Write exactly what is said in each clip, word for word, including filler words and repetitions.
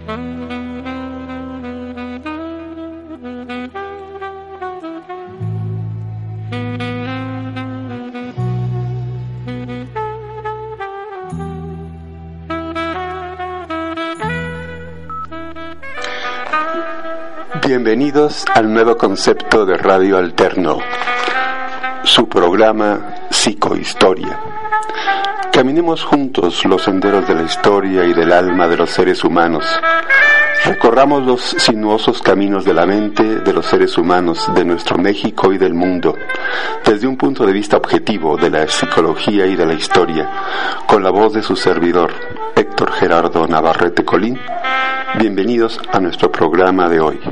Bienvenidos al nuevo concepto de Radio Alterno, su programa Psicohistoria. Caminemos juntos los senderos de la historia y del alma de los seres humanos. Recorramos los sinuosos caminos de la mente de los seres humanos, de nuestro México y del mundo, desde un punto de vista objetivo de la psicología y de la historia, con la voz de su servidor, Héctor Gerardo Navarrete Colín. Bienvenidos a nuestro programa de hoy.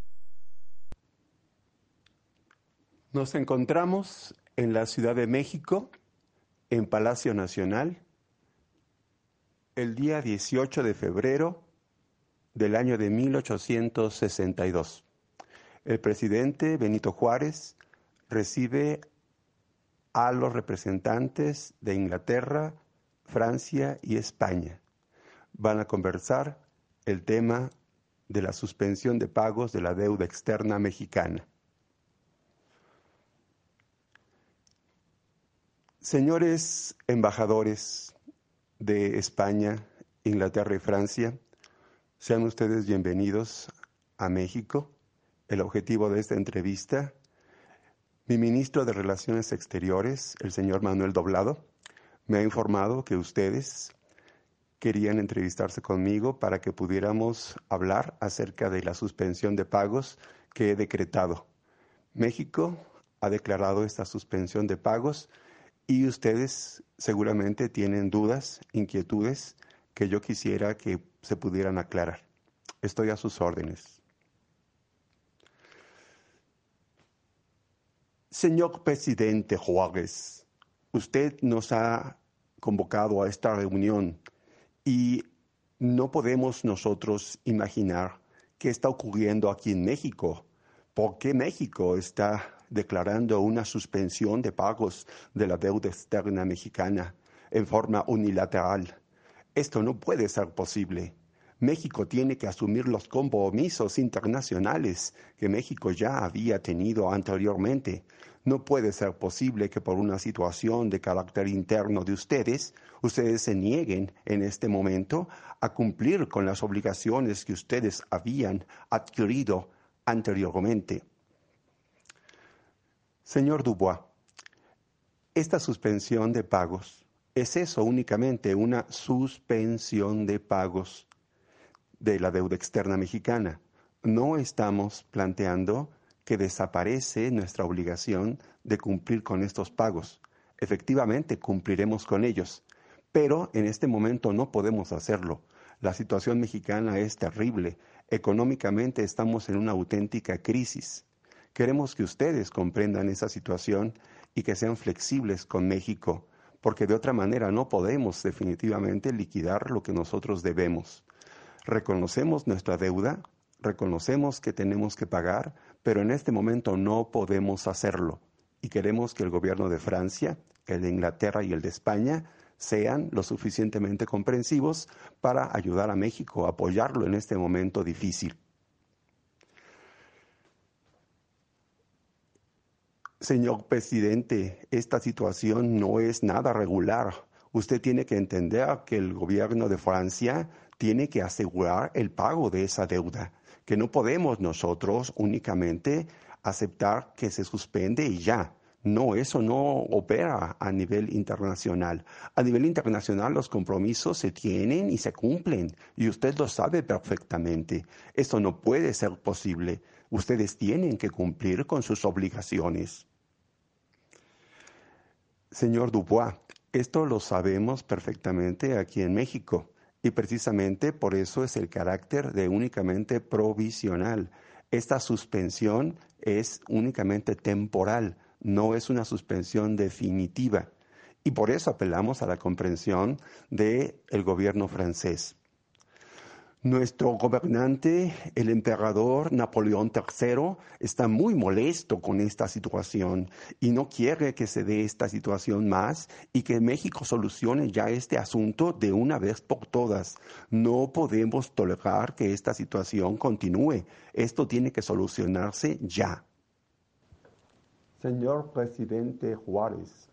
Nos encontramos en la Ciudad de México, en Palacio Nacional, el día dieciocho de febrero del año de mil ochocientos sesenta y dos. El presidente Benito Juárez recibe a los representantes de Inglaterra, Francia y España. Van a conversar el tema de la suspensión de pagos de la deuda externa mexicana. Señores embajadores de España, Inglaterra y Francia, sean ustedes bienvenidos a México. El objetivo de esta entrevista, mi ministro de Relaciones Exteriores, el señor Manuel Doblado, me ha informado que ustedes querían entrevistarse conmigo para que pudiéramos hablar acerca de la suspensión de pagos que he decretado. México ha declarado esta suspensión de pagos y ustedes seguramente tienen dudas, inquietudes que yo quisiera que se pudieran aclarar. Estoy a sus órdenes. Señor presidente Juárez, usted nos ha convocado a esta reunión y no podemos nosotros imaginar qué está ocurriendo aquí en México. ¿Por qué México está declarando una suspensión de pagos de la deuda externa mexicana en forma unilateral? Esto no puede ser posible. México tiene que asumir los compromisos internacionales que México ya había tenido anteriormente. No puede ser posible que por una situación de carácter interno de ustedes, ustedes se nieguen en este momento a cumplir con las obligaciones que ustedes habían adquirido anteriormente. Señor Dubois, esta suspensión de pagos, ¿es eso únicamente una suspensión de pagos de la deuda externa mexicana? No estamos planteando que desaparece nuestra obligación de cumplir con estos pagos. Efectivamente, cumpliremos con ellos, pero en este momento no podemos hacerlo. La situación mexicana es terrible. Económicamente estamos en una auténtica crisis. Queremos que ustedes comprendan esa situación y que sean flexibles con México, porque de otra manera no podemos definitivamente liquidar lo que nosotros debemos. Reconocemos nuestra deuda, reconocemos que tenemos que pagar, pero en este momento no podemos hacerlo. Y queremos que el gobierno de Francia, el de Inglaterra y el de España sean lo suficientemente comprensivos para ayudar a México, apoyarlo en este momento difícil. Señor presidente, esta situación no es nada regular. Usted tiene que entender que el gobierno de Francia tiene que asegurar el pago de esa deuda, que no podemos nosotros únicamente aceptar que se suspende y ya. No, eso no opera a nivel internacional. A nivel internacional los compromisos se tienen y se cumplen, y usted lo sabe perfectamente. Esto no puede ser posible. Ustedes tienen que cumplir con sus obligaciones. Señor Dubois, esto lo sabemos perfectamente aquí en México, y precisamente por eso es el carácter de únicamente provisional. Esta suspensión es únicamente temporal, no es una suspensión definitiva. Y por eso apelamos a la comprensión del gobierno francés. Nuestro gobernante, el emperador Napoleón tercero, está muy molesto con esta situación y no quiere que se dé esta situación más y que México solucione ya este asunto de una vez por todas. No podemos tolerar que esta situación continúe. Esto tiene que solucionarse ya. Señor presidente Juárez,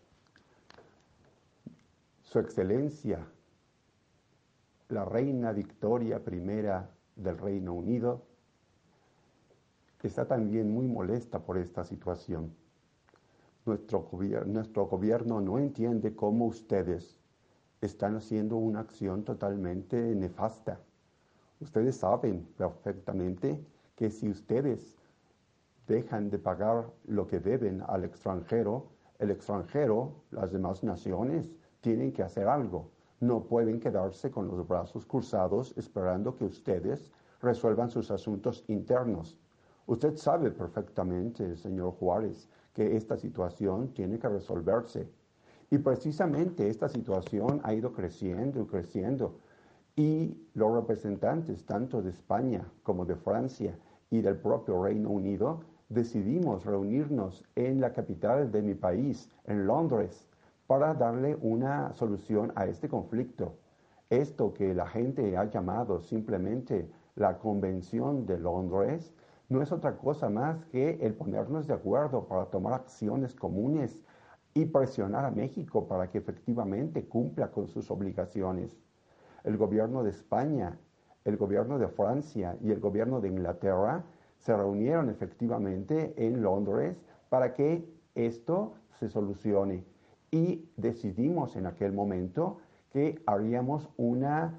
Su Excelencia, la reina Victoria primera del Reino Unido, está también muy molesta por esta situación. Nuestro gobierno, nuestro gobierno no entiende cómo ustedes están haciendo una acción totalmente nefasta. Ustedes saben perfectamente que si ustedes dejan de pagar lo que deben al extranjero, el extranjero, las demás naciones, tienen que hacer algo. No pueden quedarse con los brazos cruzados esperando que ustedes resuelvan sus asuntos internos. Usted sabe perfectamente, señor Juárez, que esta situación tiene que resolverse. Y precisamente esta situación ha ido creciendo y creciendo. Y los representantes tanto de España como de Francia y del propio Reino Unido decidimos reunirnos en la capital de mi país, en Londres, para darle una solución a este conflicto. Esto que la gente ha llamado simplemente la Convención de Londres no es otra cosa más que el ponernos de acuerdo para tomar acciones comunes y presionar a México para que efectivamente cumpla con sus obligaciones. El gobierno de España, el gobierno de Francia y el gobierno de Inglaterra se reunieron efectivamente en Londres para que esto se solucione. Y decidimos en aquel momento que haríamos una,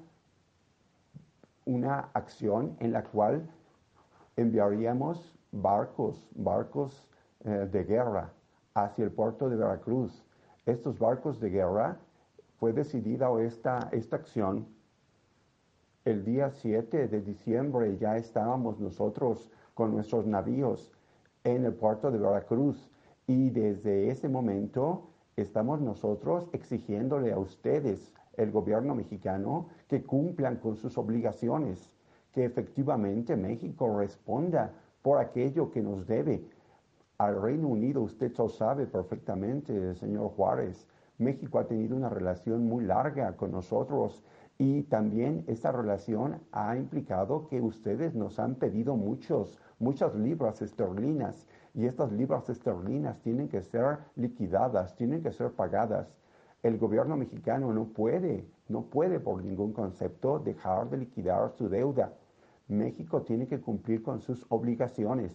una acción en la cual enviaríamos barcos, barcos eh, de guerra hacia el puerto de Veracruz. Estos barcos de guerra, fue decidida esta, esta acción el día siete de diciembre. Ya estábamos nosotros con nuestros navíos en el puerto de Veracruz y desde ese momento estamos nosotros exigiéndole a ustedes, el gobierno mexicano, que cumplan con sus obligaciones, que efectivamente México responda por aquello que nos debe. Al Reino Unido, usted lo sabe perfectamente, señor Juárez, México ha tenido una relación muy larga con nosotros y también esta relación ha implicado que ustedes nos han pedido muchos, muchas libras esterlinas y estas libras esterlinas tienen que ser liquidadas, tienen que ser pagadas. El gobierno mexicano no puede, no puede por ningún concepto dejar de liquidar su deuda. México tiene que cumplir con sus obligaciones.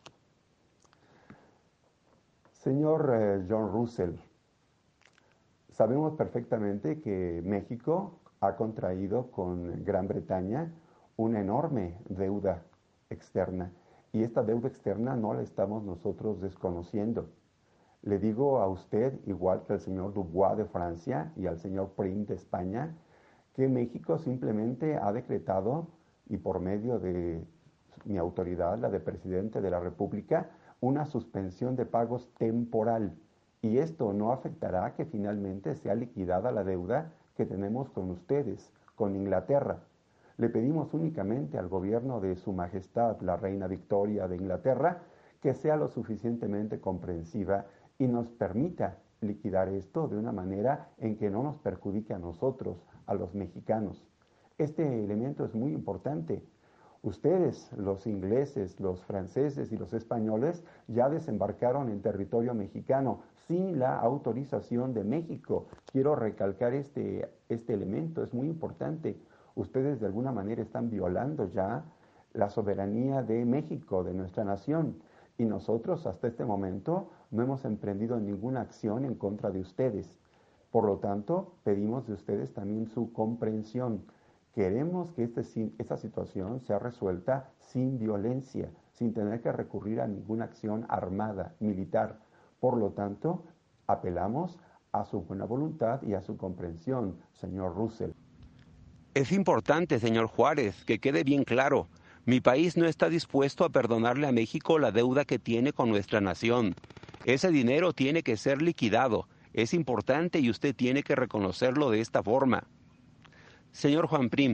Señor eh, John Russell, sabemos perfectamente que México ha contraído con Gran Bretaña una enorme deuda externa y esta deuda externa no la estamos nosotros desconociendo. Le digo a usted, igual que al señor Dubois de Francia y al señor Prim de España, que México simplemente ha decretado, y por medio de mi autoridad, la de presidente de la República, una suspensión de pagos temporal. Y esto no afectará a que finalmente sea liquidada la deuda que tenemos con ustedes, con Inglaterra. Le pedimos únicamente al gobierno de Su Majestad, la Reina Victoria de Inglaterra, que sea lo suficientemente comprensiva y nos permita liquidar esto de una manera en que no nos perjudique a nosotros, a los mexicanos. Este elemento es muy importante. Ustedes, los ingleses, los franceses y los españoles, ya desembarcaron en territorio mexicano sin la autorización de México. Quiero recalcar este, este elemento, es muy importante. Ustedes de alguna manera están violando ya la soberanía de México, de nuestra nación. Y nosotros hasta este momento no hemos emprendido ninguna acción en contra de ustedes. Por lo tanto, pedimos de ustedes también su comprensión. Queremos que este, esta situación sea resuelta sin violencia, sin tener que recurrir a ninguna acción armada, militar. Por lo tanto, apelamos a su buena voluntad y a su comprensión, señor Russell. Es importante, señor Juárez, que quede bien claro. Mi país no está dispuesto a perdonarle a México la deuda que tiene con nuestra nación. Ese dinero tiene que ser liquidado. Es importante y usted tiene que reconocerlo de esta forma. Señor Juan Prim,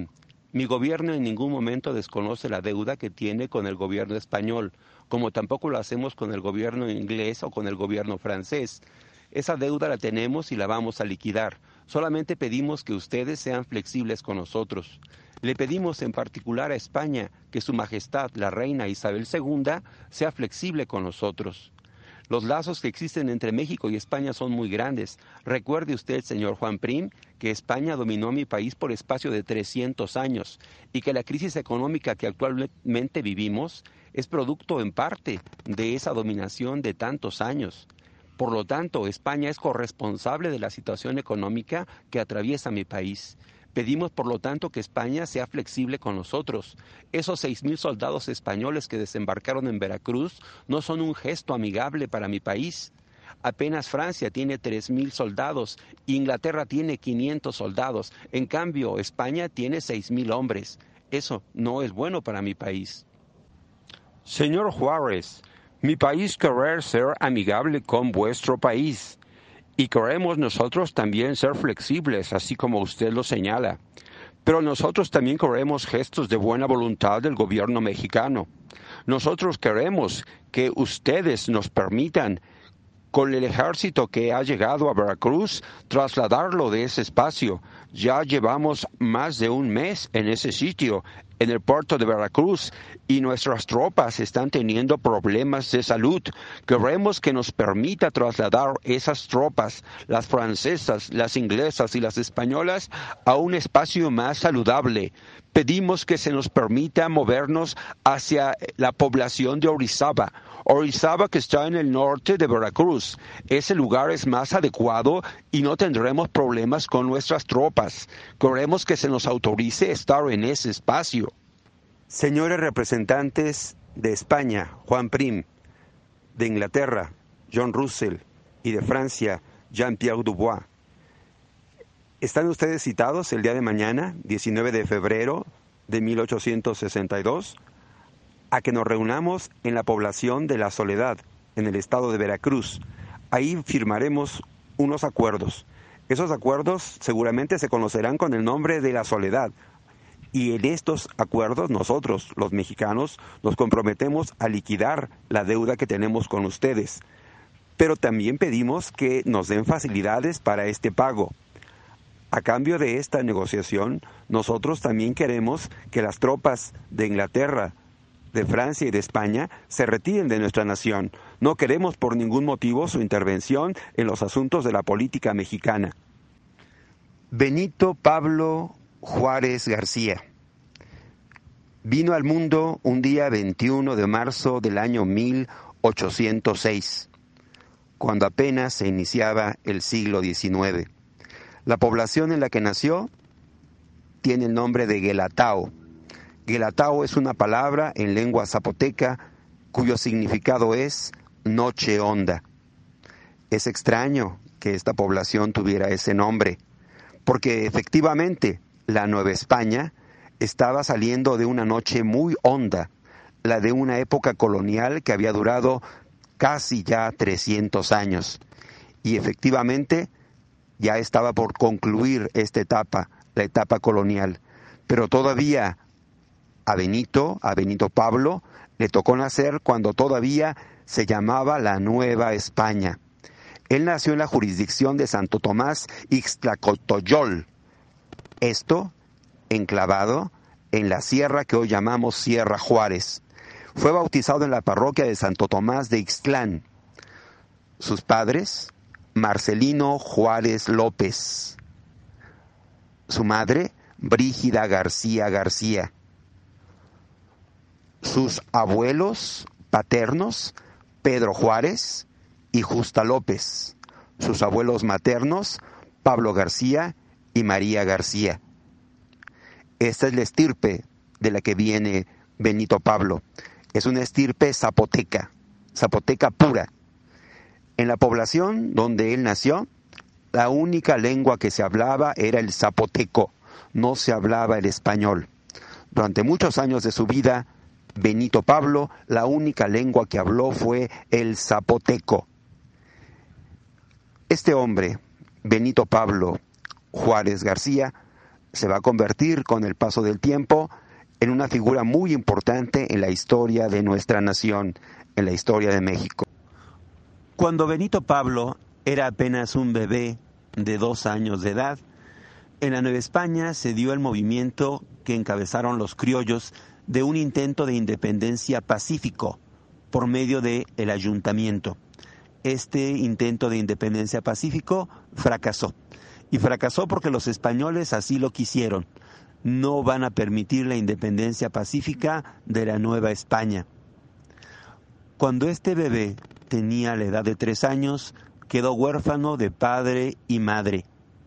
Mi gobierno en ningún momento desconoce la deuda que tiene con el gobierno español, como tampoco lo hacemos con el gobierno inglés o con el gobierno francés. Esa deuda la tenemos y la vamos a liquidar. Solamente pedimos que ustedes sean flexibles con nosotros. Le pedimos en particular a España que Su Majestad, la Reina Isabel segunda, sea flexible con nosotros. Los lazos que existen entre México y España son muy grandes. Recuerde usted, señor Juan Prim, que España dominó mi país por espacio de trescientos años y que la crisis económica que actualmente vivimos es producto en parte de esa dominación de tantos años. Por lo tanto, España es corresponsable de la situación económica que atraviesa mi país. Pedimos, por lo tanto, que España sea flexible con nosotros. Esos seis mil soldados españoles que desembarcaron en Veracruz no son un gesto amigable para mi país. Apenas Francia tiene tres mil soldados, Inglaterra tiene quinientos soldados. En cambio, España tiene seis mil hombres. Eso no es bueno para mi país. Señor Juárez, mi país querer ser amigable con vuestro país. Y queremos nosotros también ser flexibles, así como usted lo señala. Pero nosotros también queremos gestos de buena voluntad del gobierno mexicano. Nosotros queremos que ustedes nos permitan, con el ejército que ha llegado a Veracruz, trasladarlo de ese espacio. Ya llevamos más de un mes en ese sitio, en el puerto de Veracruz, y nuestras tropas están teniendo problemas de salud. Queremos que nos permita trasladar esas tropas, las francesas, las inglesas y las españolas, a un espacio más saludable. Pedimos que se nos permita movernos hacia la población de Orizaba. Orizaba, que está en el norte de Veracruz. Ese lugar es más adecuado y no tendremos problemas con nuestras tropas. Queremos que se nos autorice estar en ese espacio. Señores representantes de España, Juan Prim, de Inglaterra, John Russell, y de Francia, Jean-Pierre Dubois, ¿están ustedes citados el día de mañana, diecinueve de febrero de mil ochocientos sesenta y dos, a que nos reunamos en la población de La Soledad, en el estado de Veracruz? Ahí firmaremos unos acuerdos. Esos acuerdos seguramente se conocerán con el nombre de La Soledad. Y en estos acuerdos nosotros, los mexicanos, nos comprometemos a liquidar la deuda que tenemos con ustedes. Pero también pedimos que nos den facilidades para este pago. A cambio de esta negociación, nosotros también queremos que las tropas de Inglaterra, de Francia y de España se retiren de nuestra nación. No queremos por ningún motivo su intervención en los asuntos de la política mexicana. Benito Pablo Juárez García vino al mundo un día veintiuno de marzo del año mil ochocientos seis, cuando apenas se iniciaba el siglo diecinueve. La población en la que nació tiene el nombre de Guelatao. Guelatao es una palabra en lengua zapoteca cuyo significado es noche honda. Es extraño que esta población tuviera ese nombre, porque efectivamente la Nueva España estaba saliendo de una noche muy honda, la de una época colonial que había durado casi ya trescientos años. Y efectivamente ya estaba por concluir esta etapa, la etapa colonial. Pero todavía a Benito, a Benito Pablo, le tocó nacer cuando todavía se llamaba la Nueva España. Él nació en la jurisdicción de Santo Tomás Ixtlacotoyol, esto enclavado en la sierra que hoy llamamos Sierra Juárez. Fue bautizado en la parroquia de Santo Tomás de Ixtlán. Sus padres, Marcelino Juárez López. Su madre, Brígida García García. Sus abuelos paternos, Pedro Juárez y Justa López. Sus abuelos maternos, Pablo García y María García. Esta es la estirpe de la que viene Benito Pablo. Es una estirpe zapoteca, zapoteca pura. En la población donde él nació, la única lengua que se hablaba era el zapoteco, no se hablaba el español. Durante muchos años de su vida, Benito Pablo, la única lengua que habló fue el zapoteco. Este hombre, Benito Pablo Juárez García, se va a convertir con el paso del tiempo en una figura muy importante en la historia de nuestra nación, en la historia de México. Cuando Benito Pablo era apenas un bebé de dos años de edad, en la Nueva España se dio el movimiento que encabezaron los criollos de un intento de independencia pacífico por medio del ayuntamiento. Este intento de independencia pacífico fracasó. Y fracasó porque los españoles así lo quisieron. No van a permitir la independencia pacífica de la Nueva España. Cuando este bebé tenía la edad de tres años, quedó huérfano de padre y madre.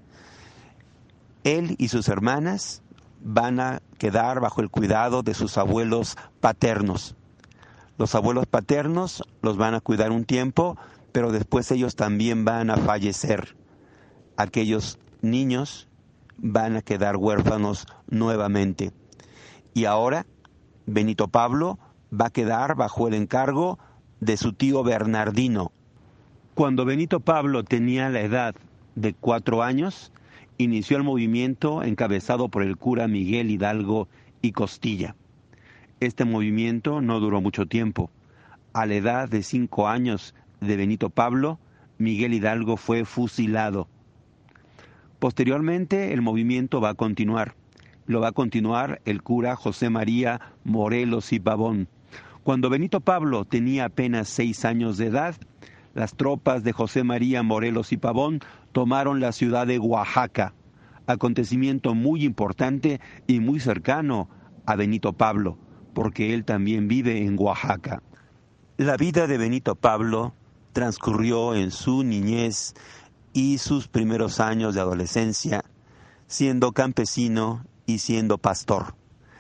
Él y sus hermanas van a quedar bajo el cuidado de sus abuelos paternos. Los abuelos paternos los van a cuidar un tiempo, pero después ellos también van a fallecer. Aquellos niños van a quedar huérfanos nuevamente. Y ahora Benito Pablo va a quedar bajo el encargo de su tío Bernardino. Cuando Benito Pablo tenía la edad de cuatro años, inició el movimiento encabezado por el cura Miguel Hidalgo y Costilla. Este movimiento no duró mucho tiempo. A la edad de cinco años de Benito Pablo, Miguel Hidalgo fue fusilado. Posteriormente, el movimiento va a continuar. Lo va a continuar el cura José María Morelos y Pavón. Cuando Benito Pablo tenía apenas seis años de edad, las tropas de José María Morelos y Pavón tomaron la ciudad de Oaxaca, acontecimiento muy importante y muy cercano a Benito Pablo, porque él también vive en Oaxaca. La vida de Benito Pablo transcurrió en su niñez y sus primeros años de adolescencia, siendo campesino y siendo pastor.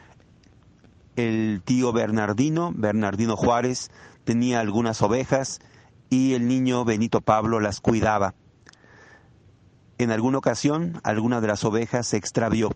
El tío Bernardino, Bernardino Juárez, tenía algunas ovejas y el niño Benito Pablo las cuidaba. En alguna ocasión, alguna de las ovejas se extravió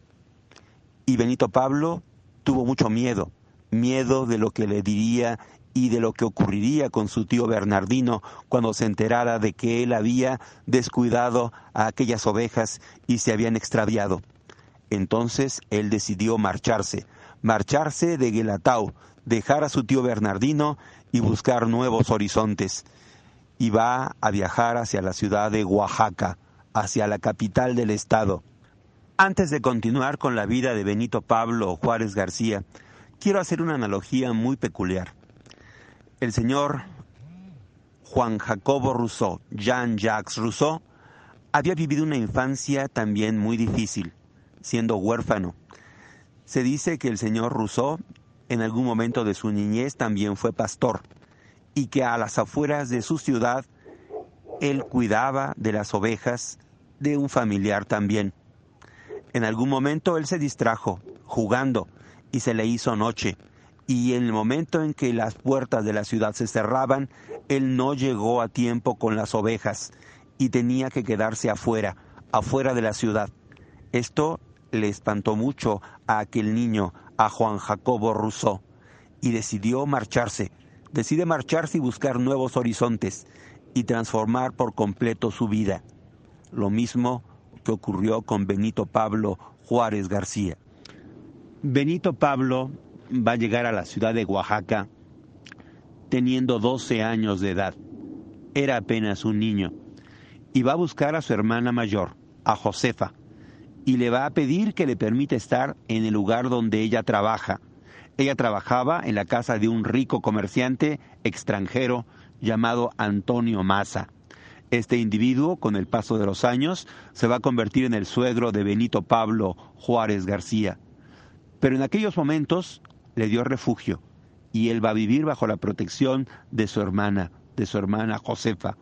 y Benito Pablo tuvo mucho miedo, miedo de lo que le diría y de lo que ocurriría con su tío Bernardino cuando se enterara de que él había descuidado a aquellas ovejas y se habían extraviado. Entonces él decidió marcharse, marcharse de Guelatao, dejar a su tío Bernardino y buscar nuevos horizontes. Y va a viajar hacia la ciudad de Oaxaca, hacia la capital del estado. Antes de continuar con la vida de Benito Pablo Juárez García, quiero hacer una analogía muy peculiar. El señor Juan Jacobo Rousseau, Jean-Jacques Rousseau, había vivido una infancia también muy difícil, siendo huérfano. Se dice que el señor Rousseau, en algún momento de su niñez, también fue pastor, y que a las afueras de su ciudad, él cuidaba de las ovejas de un familiar también. En algún momento él se distrajo, jugando, y se le hizo noche. Y en el momento en que las puertas de la ciudad se cerraban, él no llegó a tiempo con las ovejas y tenía que quedarse afuera, afuera de la ciudad. Esto le espantó mucho a aquel niño, a Juan Jacobo Rousseau, y decidió marcharse. Decide marcharse y buscar nuevos horizontes y transformar por completo su vida. Lo mismo que ocurrió con Benito Pablo Juárez García. Benito Pablo va a llegar a la ciudad de Oaxaca teniendo doce años de edad. Era apenas un niño. Y va a buscar a su hermana mayor, a Josefa, y le va a pedir que le permita estar en el lugar donde ella trabaja. Ella trabajaba en la casa de un rico comerciante extranjero llamado Antonio Maza. Este individuo, con el paso de los años, se va a convertir en el suegro de Benito Pablo Juárez García. Pero en aquellos momentos le dio refugio y él va a vivir bajo la protección de su hermana, de su hermana Josefa.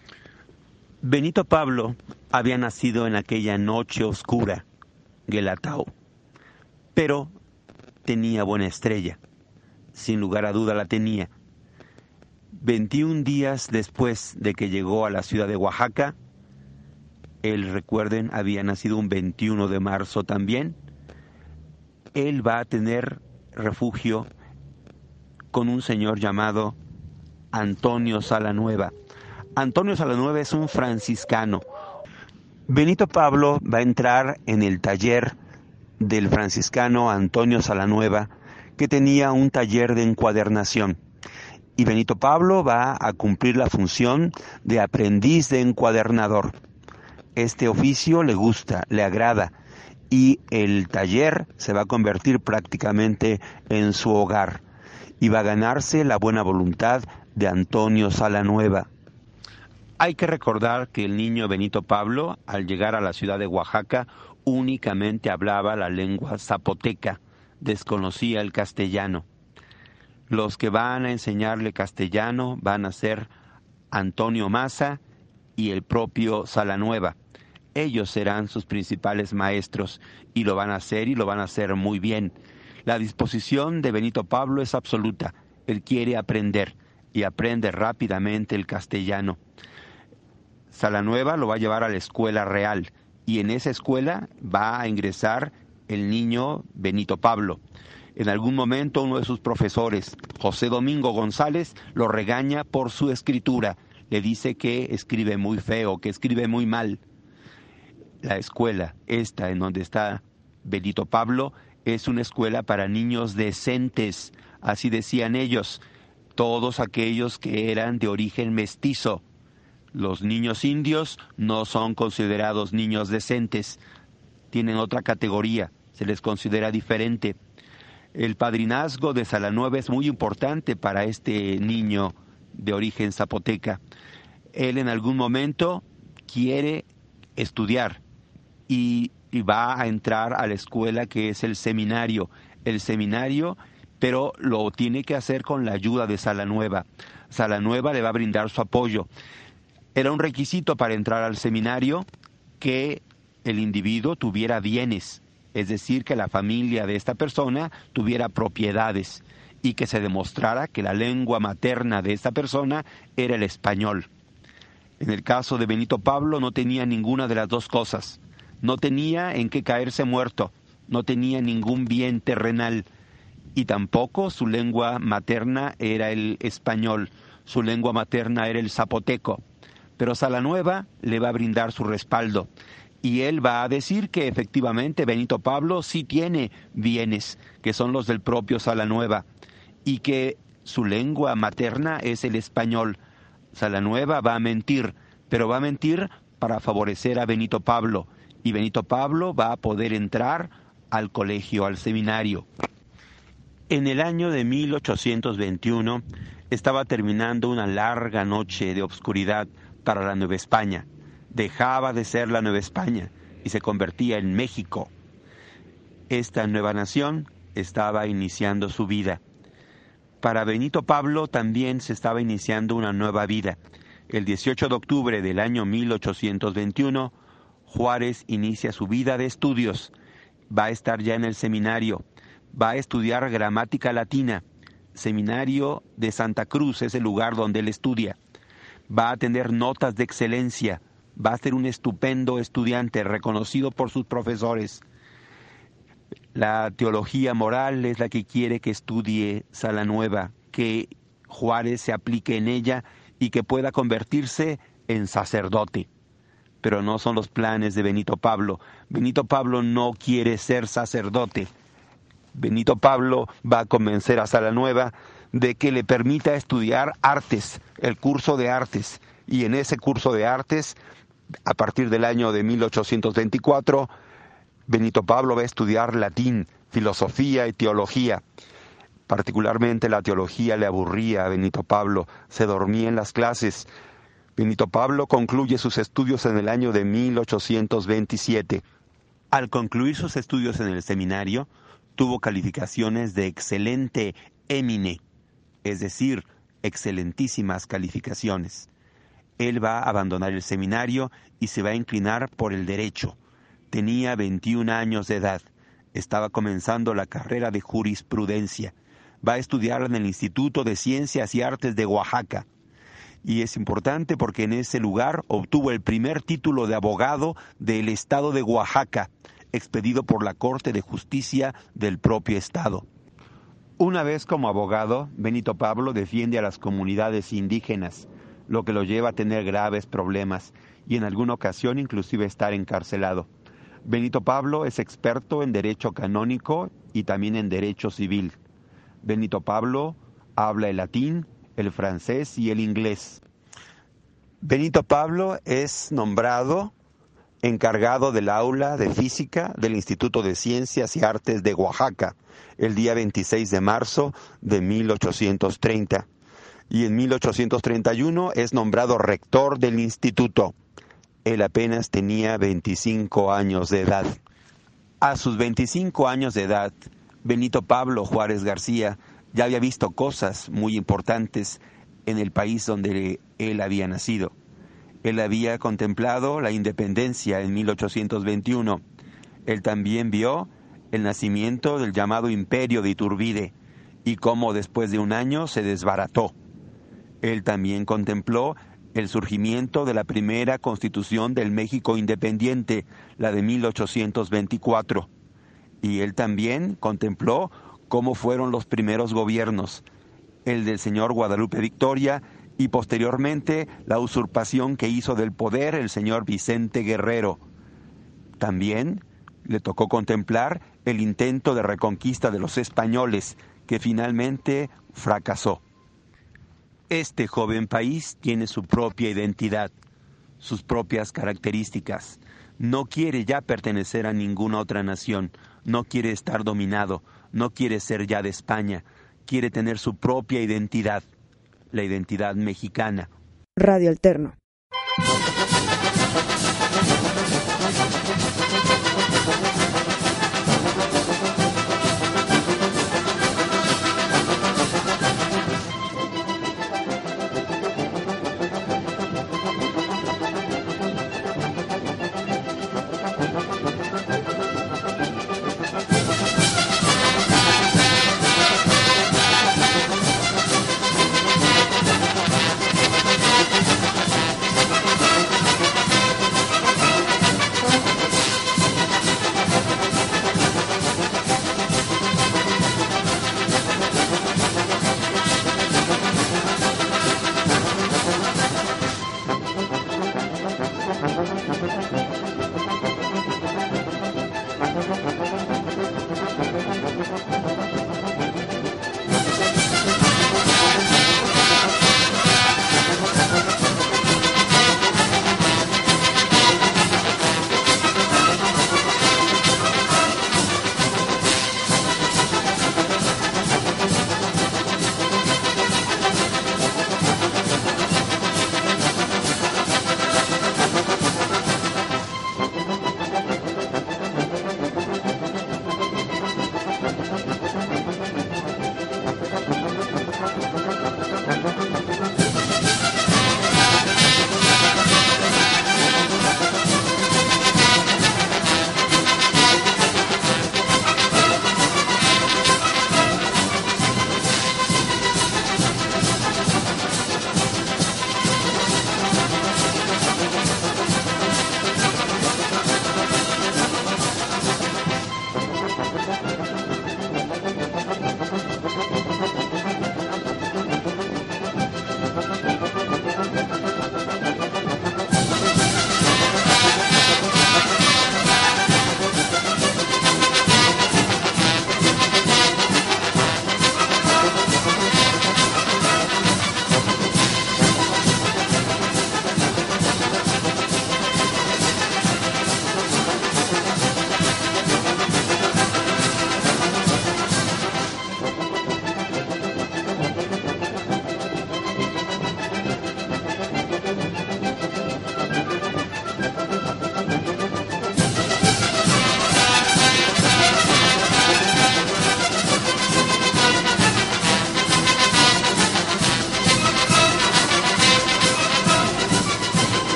Benito Pablo había nacido en aquella noche oscura, Guelatao, pero tenía buena estrella, sin lugar a duda la tenía. veintiún días después de que llegó a la ciudad de Oaxaca, él, recuerden, había nacido un veintiuno de marzo también, él va a tener refugio con un señor llamado Antonio Salanueva. Antonio Salanueva es un franciscano. Benito Pablo va a entrar en el taller del franciscano Antonio Salanueva, que tenía un taller de encuadernación. Y Benito Pablo va a cumplir la función de aprendiz de encuadernador. Este oficio le gusta, le agrada, y el taller se va a convertir prácticamente en su hogar, y va a ganarse la buena voluntad de Antonio Salanueva. Hay que recordar que el niño Benito Pablo, al llegar a la ciudad de Oaxaca, únicamente hablaba la lengua zapoteca, desconocía el castellano. Los que van a enseñarle castellano van a ser Antonio Maza y el propio Salanueva. Ellos serán sus principales maestros y lo van a hacer y lo van a hacer muy bien. La disposición de Benito Pablo es absoluta. Él quiere aprender y aprende rápidamente el castellano. Salanueva lo va a llevar a la escuela real y en esa escuela va a ingresar el niño Benito Pablo. En algún momento uno de sus profesores, José Domingo González, lo regaña por su escritura. Le dice que escribe muy feo, que escribe muy mal. La escuela, esta en donde está Benito Pablo, es una escuela para niños decentes, así decían ellos, todos aquellos que eran de origen mestizo. Los niños indios no son considerados niños decentes, tienen otra categoría, se les considera diferente. El padrinazgo de Salanueva es muy importante para este niño de origen zapoteca. Él en algún momento quiere estudiar y, y va a entrar a la escuela que es el seminario. El seminario, pero lo tiene que hacer con la ayuda de Salanueva. Salanueva le va a brindar su apoyo. Era un requisito para entrar al seminario que el individuo tuviera bienes, es decir, que la familia de esta persona tuviera propiedades y que se demostrara que la lengua materna de esta persona era el español. En el caso de Benito Pablo no tenía ninguna de las dos cosas. No tenía en qué caerse muerto, no tenía ningún bien terrenal y tampoco su lengua materna era el español, su lengua materna era el zapoteco. Pero Salanueva le va a brindar su respaldo. Y él va a decir que efectivamente Benito Pablo sí tiene bienes, que son los del propio Salanueva, y que su lengua materna es el español. Salanueva va a mentir, pero va a mentir para favorecer a Benito Pablo, y Benito Pablo va a poder entrar al colegio, al seminario. En el año de mil ochocientos veintiuno estaba terminando una larga noche de obscuridad para la Nueva España. Dejaba de ser la Nueva España y se convertía en México. Esta nueva nación estaba iniciando su vida. Para Benito Pablo también se estaba iniciando una nueva vida. El dieciocho de octubre del año mil ochocientos veintiuno, Juárez inicia su vida de estudios. Va a estar ya en el seminario. Va a estudiar gramática latina. Seminario de Santa Cruz es el lugar donde él estudia. Va a tener notas de excelencia. Va a ser un estupendo estudiante, reconocido por sus profesores. La teología moral es la que quiere que estudie Salanueva, que Juárez se aplique en ella y que pueda convertirse en sacerdote. Pero no son los planes de Benito Pablo. Benito Pablo no quiere ser sacerdote. Benito Pablo va a convencer a Salanueva de que le permita estudiar artes, el curso de artes. Y en ese curso de artes, a partir del año de mil ochocientos veinticuatro, Benito Pablo va a estudiar latín, filosofía y teología. Particularmente la teología le aburría a Benito Pablo, se dormía en las clases. Benito Pablo concluye sus estudios en el año de mil ochocientos veintisiete. Al concluir sus estudios en el seminario, tuvo calificaciones de excelente émine, es decir, excelentísimas calificaciones. Él va a abandonar el seminario y se va a inclinar por el derecho. Tenía veintiún años de edad. Estaba comenzando la carrera de jurisprudencia. Va a estudiar en el Instituto de Ciencias y Artes de Oaxaca. Y es importante porque en ese lugar obtuvo el primer título de abogado del estado de Oaxaca, expedido por la Corte de Justicia del propio estado. Una vez como abogado, Benito Pablo defiende a las comunidades indígenas, lo que lo lleva a tener graves problemas y en alguna ocasión inclusive estar encarcelado. Benito Pablo es experto en derecho canónico y también en derecho civil. Benito Pablo habla el latín, el francés y el inglés. Benito Pablo es nombrado encargado del aula de física del Instituto de Ciencias y Artes de Oaxaca el día veintiséis de marzo de mil ochocientos treinta. Y en mil ochocientos treinta y uno es nombrado rector del instituto. Él apenas tenía veinticinco años de edad. A sus veinticinco años de edad, Benito Pablo Juárez García ya había visto cosas muy importantes en el país donde él había nacido. Él había contemplado la independencia en mil ochocientos veintiuno. Él también vio el nacimiento del llamado Imperio de Iturbide y cómo después de un año se desbarató. Él también contempló el surgimiento de la primera Constitución del México independiente, la de mil ochocientos veinticuatro. Y él también contempló cómo fueron los primeros gobiernos, el del señor Guadalupe Victoria y posteriormente la usurpación que hizo del poder el señor Vicente Guerrero. También le tocó contemplar el intento de reconquista de los españoles, que finalmente fracasó. Este joven país tiene su propia identidad, sus propias características. No quiere ya pertenecer a ninguna otra nación, no quiere estar dominado, no quiere ser ya de España, quiere tener su propia identidad, la identidad mexicana. Radio Alterno.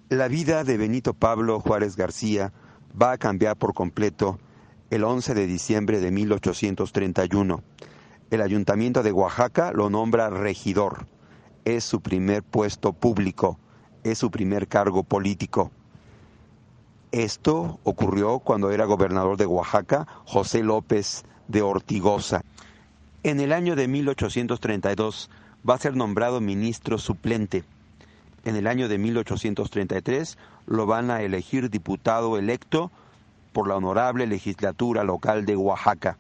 La vida de Benito Pablo Juárez García va a cambiar por completo el once de diciembre de mil ochocientos treinta y uno. El Ayuntamiento de Oaxaca lo nombra regidor. Es su primer puesto público, es su primer cargo político. Esto ocurrió cuando era gobernador de Oaxaca José López de Ortigoza. En el año de mil ochocientos treinta y dos va a ser nombrado ministro suplente. En el año de mil ochocientos treinta y tres lo van a elegir diputado electo por la honorable legislatura local de Oaxaca.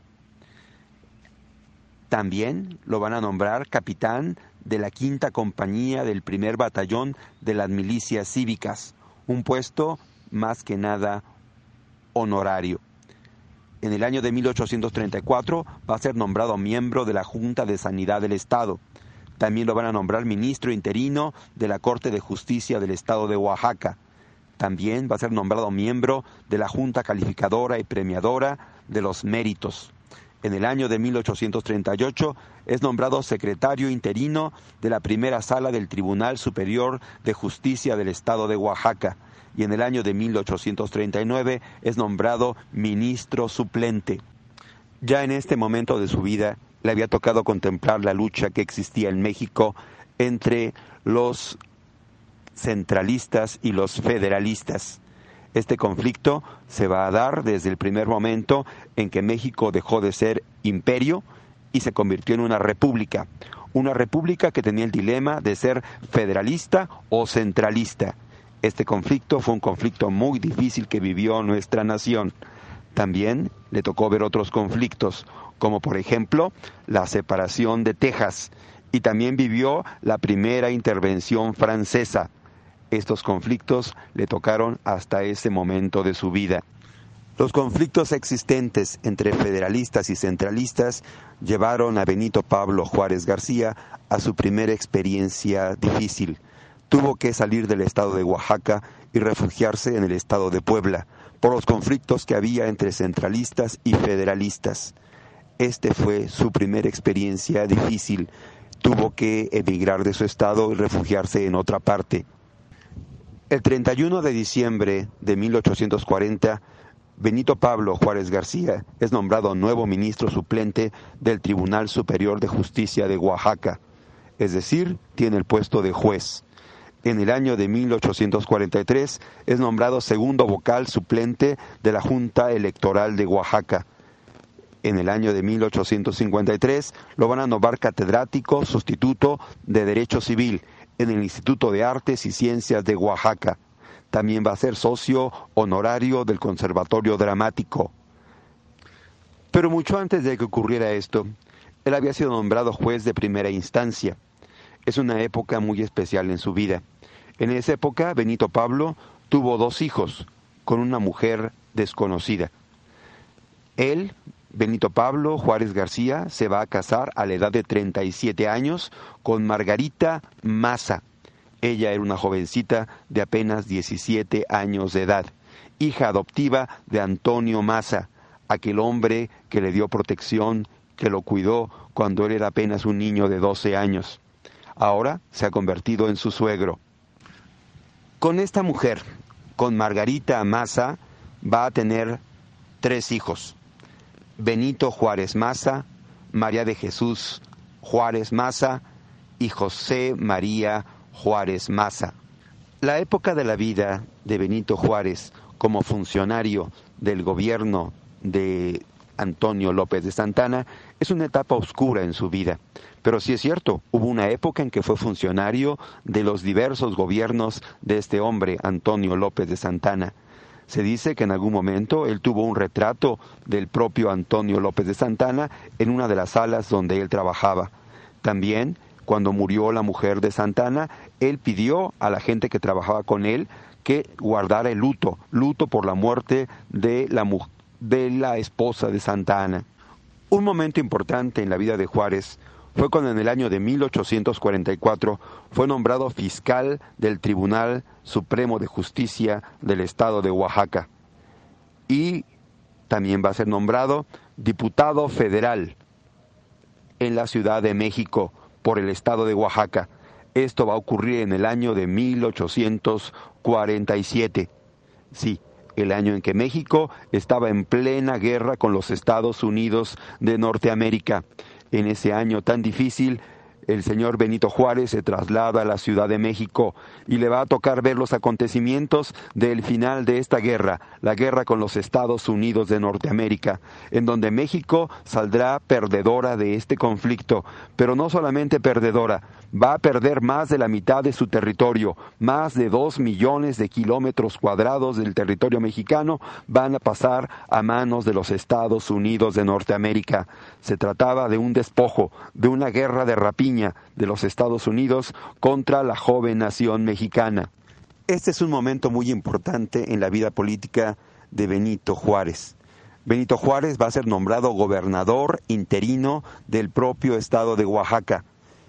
También lo van a nombrar capitán de la quinta compañía del primer batallón de las milicias cívicas, un puesto más que nada honorario. En el año de mil ochocientos treinta y cuatro va a ser nombrado miembro de la Junta de Sanidad del Estado. También lo van a nombrar ministro interino de la Corte de Justicia del Estado de Oaxaca. También va a ser nombrado miembro de la Junta Calificadora y Premiadora de los Méritos. En el año de mil ochocientos treinta y ocho es nombrado secretario interino de la primera sala del Tribunal Superior de Justicia del Estado de Oaxaca. Y en el año de mil ochocientos treinta y nueve es nombrado ministro suplente. Ya en este momento de su vida le había tocado contemplar la lucha que existía en México entre los centralistas y los federalistas. Este conflicto se va a dar desde el primer momento en que México dejó de ser imperio y se convirtió en una república. Una república que tenía el dilema de ser federalista o centralista. Este conflicto fue un conflicto muy difícil que vivió nuestra nación. También le tocó ver otros conflictos, como por ejemplo la separación de Texas, y también vivió la primera intervención francesa. Estos conflictos le tocaron hasta ese momento de su vida. Los conflictos existentes entre federalistas y centralistas llevaron a Benito Pablo Juárez García a su primera experiencia difícil. Tuvo que salir del estado de Oaxaca y refugiarse en el estado de Puebla por los conflictos que había entre centralistas y federalistas. Este fue su primera experiencia difícil. Tuvo que emigrar de su estado y refugiarse en otra parte. El treinta y uno de diciembre de mil ochocientos cuarenta, Benito Pablo Juárez García es nombrado nuevo ministro suplente del Tribunal Superior de Justicia de Oaxaca, es decir, tiene el puesto de juez. En el año de mil ochocientos cuarenta y tres es nombrado segundo vocal suplente de la Junta Electoral de Oaxaca. En el año de mil ochocientos cincuenta y tres lo van a nombrar catedrático sustituto de Derecho Civil en el Instituto de Artes y Ciencias de Oaxaca. También va a ser socio honorario del Conservatorio Dramático. Pero mucho antes de que ocurriera esto, él había sido nombrado juez de primera instancia. Es una época muy especial en su vida. En esa época, Benito Pablo tuvo dos hijos con una mujer desconocida. Él, Benito Pablo Juárez García, se va a casar a la edad de treinta y siete años con Margarita Maza. Ella era una jovencita de apenas diecisiete años de edad, hija adoptiva de Antonio Maza, aquel hombre que le dio protección, que lo cuidó cuando él era apenas un niño de doce años. Ahora se ha convertido en su suegro. Con esta mujer, con Margarita Maza, va a tener tres hijos. Benito Juárez Maza, María de Jesús Juárez Maza y José María Juárez Maza. La época de la vida de Benito Juárez como funcionario del gobierno de Antonio López de Santana es una etapa oscura en su vida. Pero sí es cierto, hubo una época en que fue funcionario de los diversos gobiernos de este hombre, Antonio López de Santana. Se dice que en algún momento él tuvo un retrato del propio Antonio López de Santana en una de las salas donde él trabajaba. También, cuando murió la mujer de Santana, él pidió a la gente que trabajaba con él que guardara el luto, luto por la muerte de la, de la esposa de Santana. Un momento importante en la vida de Juárez fue cuando en el año de mil ochocientos cuarenta y cuatro fue nombrado fiscal del Tribunal Supremo de Justicia del Estado de Oaxaca. Y también va a ser nombrado diputado federal en la Ciudad de México por el Estado de Oaxaca. Esto va a ocurrir en el año de mil ochocientos cuarenta y siete. Sí, el año en que México estaba en plena guerra con los Estados Unidos de Norteamérica. En ese año tan difícil, el señor Benito Juárez se traslada a la Ciudad de México y le va a tocar ver los acontecimientos del final de esta guerra, la guerra con los Estados Unidos de Norteamérica, en donde México saldrá perdedora de este conflicto, pero no solamente perdedora, va a perder más de la mitad de su territorio, más de dos millones de kilómetros cuadrados del territorio mexicano van a pasar a manos de los Estados Unidos de Norteamérica. Se trataba de un despojo, de una guerra de rapiña de los Estados Unidos contra la joven nación mexicana. Este es un momento muy importante en la vida política de Benito Juárez. Benito Juárez va a ser nombrado gobernador interino del propio estado de Oaxaca.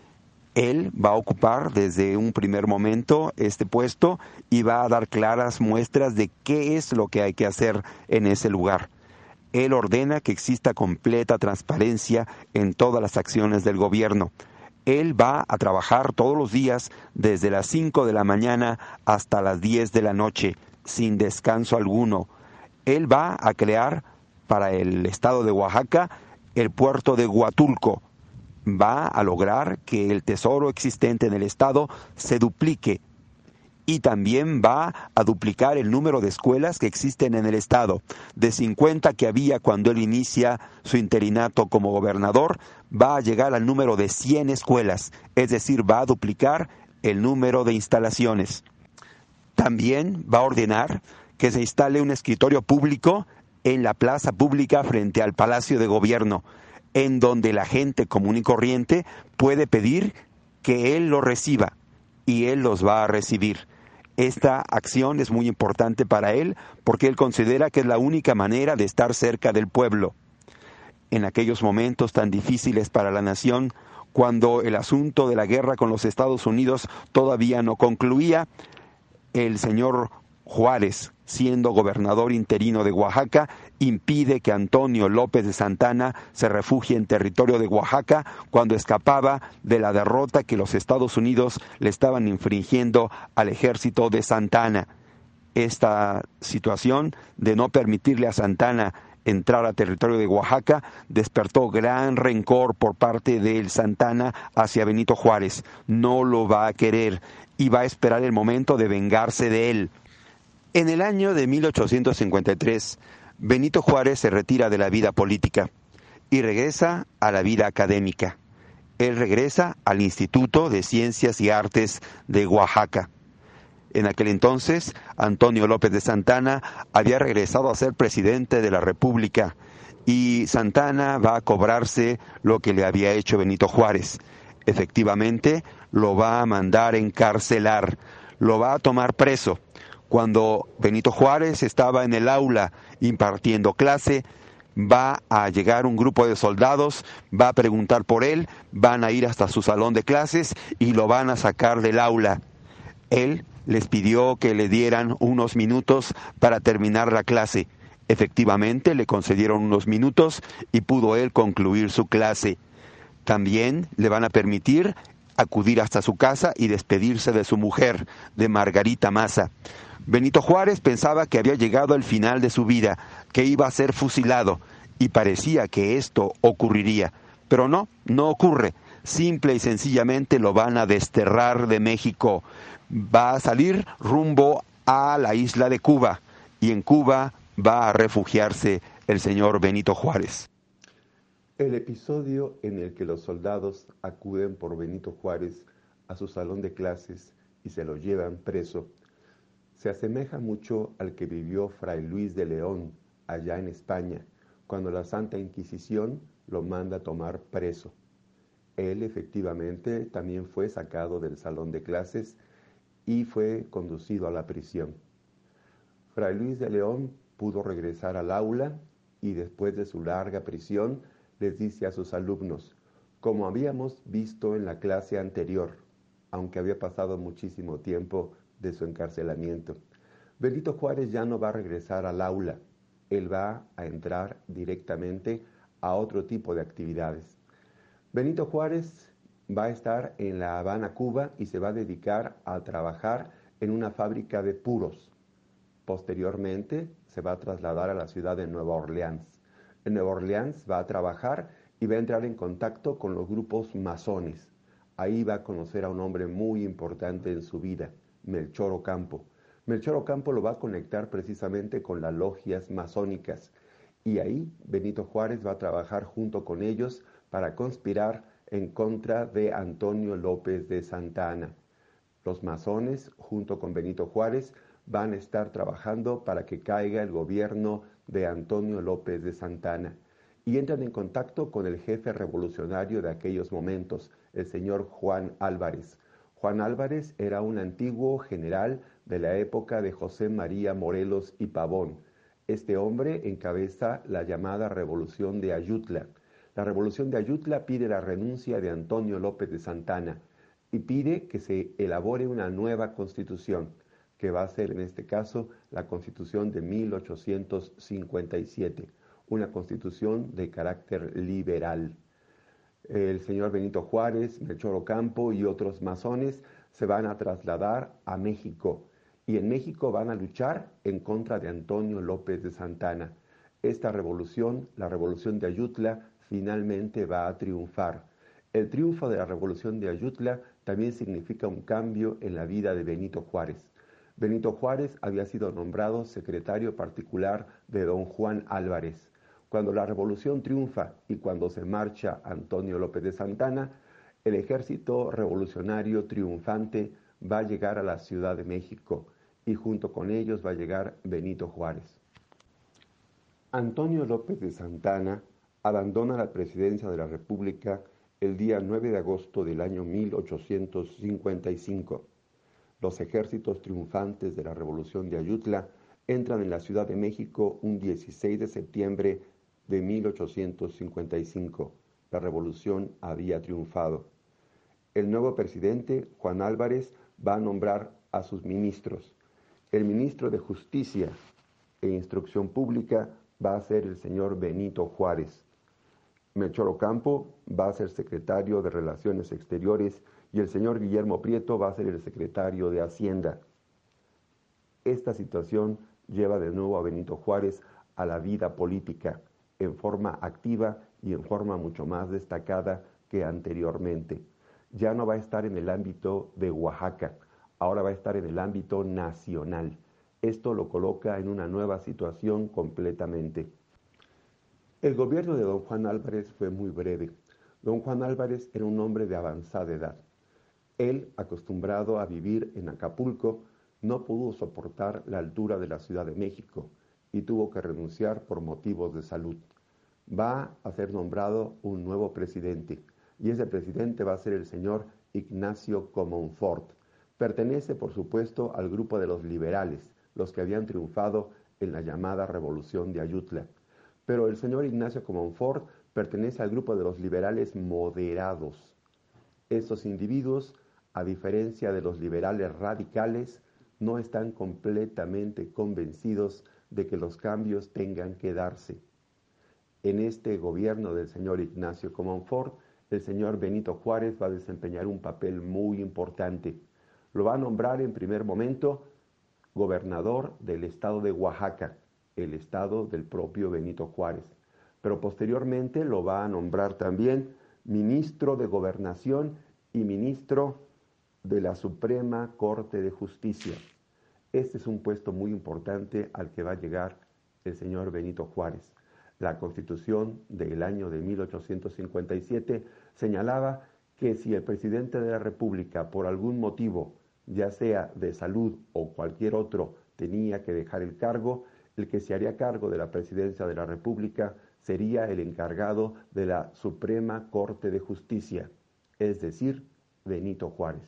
Él va a ocupar desde un primer momento este puesto y va a dar claras muestras de qué es lo que hay que hacer en ese lugar. Él ordena que exista completa transparencia en todas las acciones del gobierno. Él va a trabajar todos los días desde las cinco de la mañana hasta las diez de la noche, sin descanso alguno. Él va a crear para el estado de Oaxaca el puerto de Huatulco. Va a lograr que el tesoro existente en el estado se duplique. Y también va a duplicar el número de escuelas que existen en el estado. De cincuenta que había cuando él inicia su interinato como gobernador, va a llegar al número de cien escuelas, es decir, va a duplicar el número de instalaciones. También va a ordenar que se instale un escritorio público en la plaza pública frente al Palacio de Gobierno, en donde la gente común y corriente puede pedir que él lo reciba, y él los va a recibir. Esta acción es muy importante para él porque él considera que es la única manera de estar cerca del pueblo. En aquellos momentos tan difíciles para la nación, cuando el asunto de la guerra con los Estados Unidos todavía no concluía, el señor Juárez, siendo gobernador interino de Oaxaca, impide que Antonio López de Santana se refugie en territorio de Oaxaca cuando escapaba de la derrota que los Estados Unidos le estaban infringiendo al ejército de Santana. Esta situación de no permitirle a Santana entrar a territorio de Oaxaca despertó gran rencor por parte del Santana hacia Benito Juárez. No lo va a querer y va a esperar el momento de vengarse de él. En el año de mil ochocientos cincuenta y tres, Benito Juárez se retira de la vida política y regresa a la vida académica. Él regresa al Instituto de Ciencias y Artes de Oaxaca. En aquel entonces, Antonio López de Santana había regresado a ser presidente de la República y Santana va a cobrarse lo que le había hecho Benito Juárez. Efectivamente, lo va a mandar encarcelar, lo va a tomar preso. Cuando Benito Juárez estaba en el aula impartiendo clase, va a llegar un grupo de soldados, va a preguntar por él, van a ir hasta su salón de clases y lo van a sacar del aula. Él les pidió que le dieran unos minutos para terminar la clase. Efectivamente, le concedieron unos minutos y pudo él concluir su clase. También le van a permitir acudir hasta su casa y despedirse de su mujer, de Margarita Maza. Benito Juárez pensaba que había llegado al final de su vida, que iba a ser fusilado, y parecía que esto ocurriría. Pero no, no ocurre. Simple y sencillamente lo van a desterrar de México. Va a salir rumbo a la isla de Cuba, y en Cuba va a refugiarse el señor Benito Juárez. El episodio en el que los soldados acuden por Benito Juárez a su salón de clases y se lo llevan preso se asemeja mucho al que vivió Fray Luis de León allá en España, cuando la Santa Inquisición lo manda a tomar preso. Él efectivamente también fue sacado del salón de clases y fue conducido a la prisión. Fray Luis de León pudo regresar al aula y después de su larga prisión les dice a sus alumnos, como habíamos visto en la clase anterior, aunque había pasado muchísimo tiempo de su encarcelamiento, Benito Juárez ya no va a regresar al aula, él va a entrar directamente a otro tipo de actividades. Benito Juárez va a estar en La Habana, Cuba, y se va a dedicar a trabajar en una fábrica de puros. Posteriormente se va a trasladar a la ciudad de Nueva Orleans. En Nueva Orleans va a trabajar y va a entrar en contacto con los grupos masones. Ahí va a conocer a un hombre muy importante en su vida, Melchor Ocampo. Melchor Ocampo lo va a conectar precisamente con las logias masónicas. Y ahí Benito Juárez va a trabajar junto con ellos para conspirar en contra de Antonio López de Santa Anna. Los masones, junto con Benito Juárez, van a estar trabajando para que caiga el gobierno de Antonio López de Santa Anna. Y entran en contacto con el jefe revolucionario de aquellos momentos, el señor Juan Álvarez. Juan Álvarez era un antiguo general de la época de José María Morelos y Pavón. Este hombre encabeza la llamada Revolución de Ayutla. La Revolución de Ayutla pide la renuncia de Antonio López de Santa Anna y pide que se elabore una nueva constitución, que va a ser en este caso la Constitución de mil ochocientos cincuenta y siete, una constitución de carácter liberal. El señor Benito Juárez, Melchor Ocampo y otros masones se van a trasladar a México y en México van a luchar en contra de Antonio López de Santa Anna. Esta revolución, la Revolución de Ayutla, finalmente va a triunfar. El triunfo de la Revolución de Ayutla también significa un cambio en la vida de Benito Juárez. Benito Juárez había sido nombrado secretario particular de don Juan Álvarez. Cuando la revolución triunfa y cuando se marcha Antonio López de Santa Anna, el ejército revolucionario triunfante va a llegar a la Ciudad de México y junto con ellos va a llegar Benito Juárez. Antonio López de Santa Anna abandona la presidencia de la República el día nueve de agosto del año mil ochocientos cincuenta y cinco. Los ejércitos triunfantes de la Revolución de Ayutla entran en la Ciudad de México un dieciséis de septiembre de mil ochocientos cincuenta y cinco. La revolución había triunfado. El nuevo presidente, Juan Álvarez, va a nombrar a sus ministros. El ministro de Justicia e Instrucción Pública va a ser el señor Benito Juárez. Melchor Ocampo va a ser secretario de Relaciones Exteriores y el señor Guillermo Prieto va a ser el secretario de Hacienda. Esta situación lleva de nuevo a Benito Juárez a la vida política en forma activa y en forma mucho más destacada que anteriormente. Ya no va a estar en el ámbito de Oaxaca, ahora va a estar en el ámbito nacional. Esto lo coloca en una nueva situación completamente. El gobierno de don Juan Álvarez fue muy breve. Don Juan Álvarez era un hombre de avanzada edad. Él, acostumbrado a vivir en Acapulco, no pudo soportar la altura de la Ciudad de México y tuvo que renunciar por motivos de salud. Va a ser nombrado un nuevo presidente y ese presidente va a ser el señor Ignacio Comonfort. Pertenece, por supuesto, al grupo de los liberales, los que habían triunfado en la llamada Revolución de Ayutla. Pero el señor Ignacio Comonfort pertenece al grupo de los liberales moderados. Estos individuos, a diferencia de los liberales radicales, no están completamente convencidos de que los cambios tengan que darse. En este gobierno del señor Ignacio Comonfort, el señor Benito Juárez va a desempeñar un papel muy importante. Lo va a nombrar en primer momento gobernador del estado de Oaxaca, el estado del propio Benito Juárez. Pero posteriormente lo va a nombrar también ministro de Gobernación y ministro de la Suprema Corte de Justicia. Este es un puesto muy importante al que va a llegar el señor Benito Juárez. La Constitución del año de mil ochocientos cincuenta y siete señalaba que si el presidente de la República, por algún motivo, ya sea de salud o cualquier otro, tenía que dejar el cargo, el que se haría cargo de la presidencia de la República sería el encargado de la Suprema Corte de Justicia, es decir, Benito Juárez.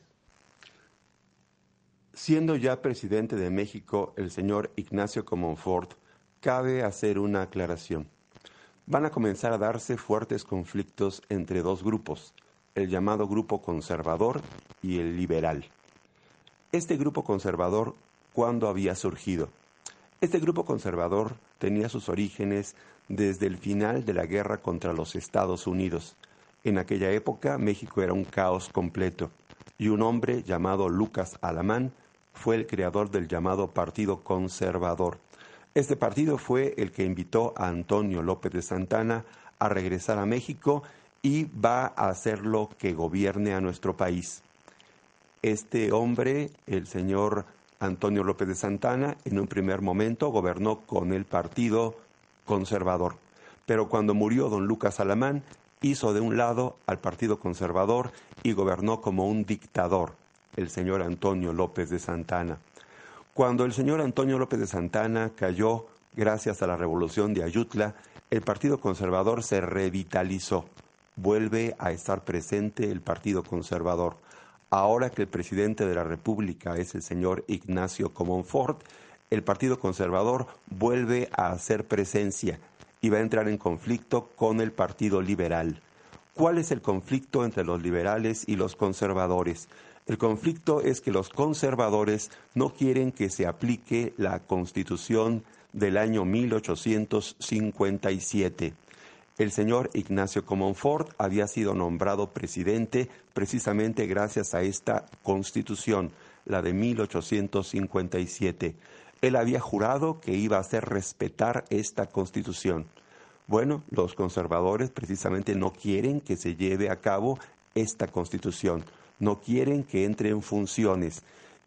Siendo ya presidente de México el señor Ignacio Comonfort, cabe hacer una aclaración. Van a comenzar a darse fuertes conflictos entre dos grupos, el llamado grupo conservador y el liberal. Este grupo conservador, ¿cuándo había surgido? Este grupo conservador tenía sus orígenes desde el final de la guerra contra los Estados Unidos. En aquella época México era un caos completo y un hombre llamado Lucas Alamán fue el creador del llamado Partido Conservador. Este partido fue el que invitó a Antonio López de Santana a regresar a México y va a hacerlo que gobierne a nuestro país. Este hombre, el señor Antonio López de Santana, en un primer momento gobernó con el Partido Conservador, pero cuando murió don Lucas Alamán, hizo de un lado al Partido Conservador y gobernó como un dictador, el señor Antonio López de Santana. Cuando el señor Antonio López de Santana cayó gracias a la Revolución de Ayutla, el Partido Conservador se revitalizó. Vuelve a estar presente el Partido Conservador. Ahora que el presidente de la República es el señor Ignacio Comonfort, el Partido Conservador vuelve a hacer presencia y va a entrar en conflicto con el Partido Liberal. ¿Cuál es el conflicto entre los liberales y los conservadores? El conflicto es que los conservadores no quieren que se aplique la Constitución del año mil ochocientos cincuenta y siete. El señor Ignacio Comonfort había sido nombrado presidente precisamente gracias a esta Constitución, la de mil ochocientos cincuenta y siete. Él había jurado que iba a hacer respetar esta Constitución. Bueno, los conservadores precisamente no quieren que se lleve a cabo esta Constitución, no quieren que entre en funciones.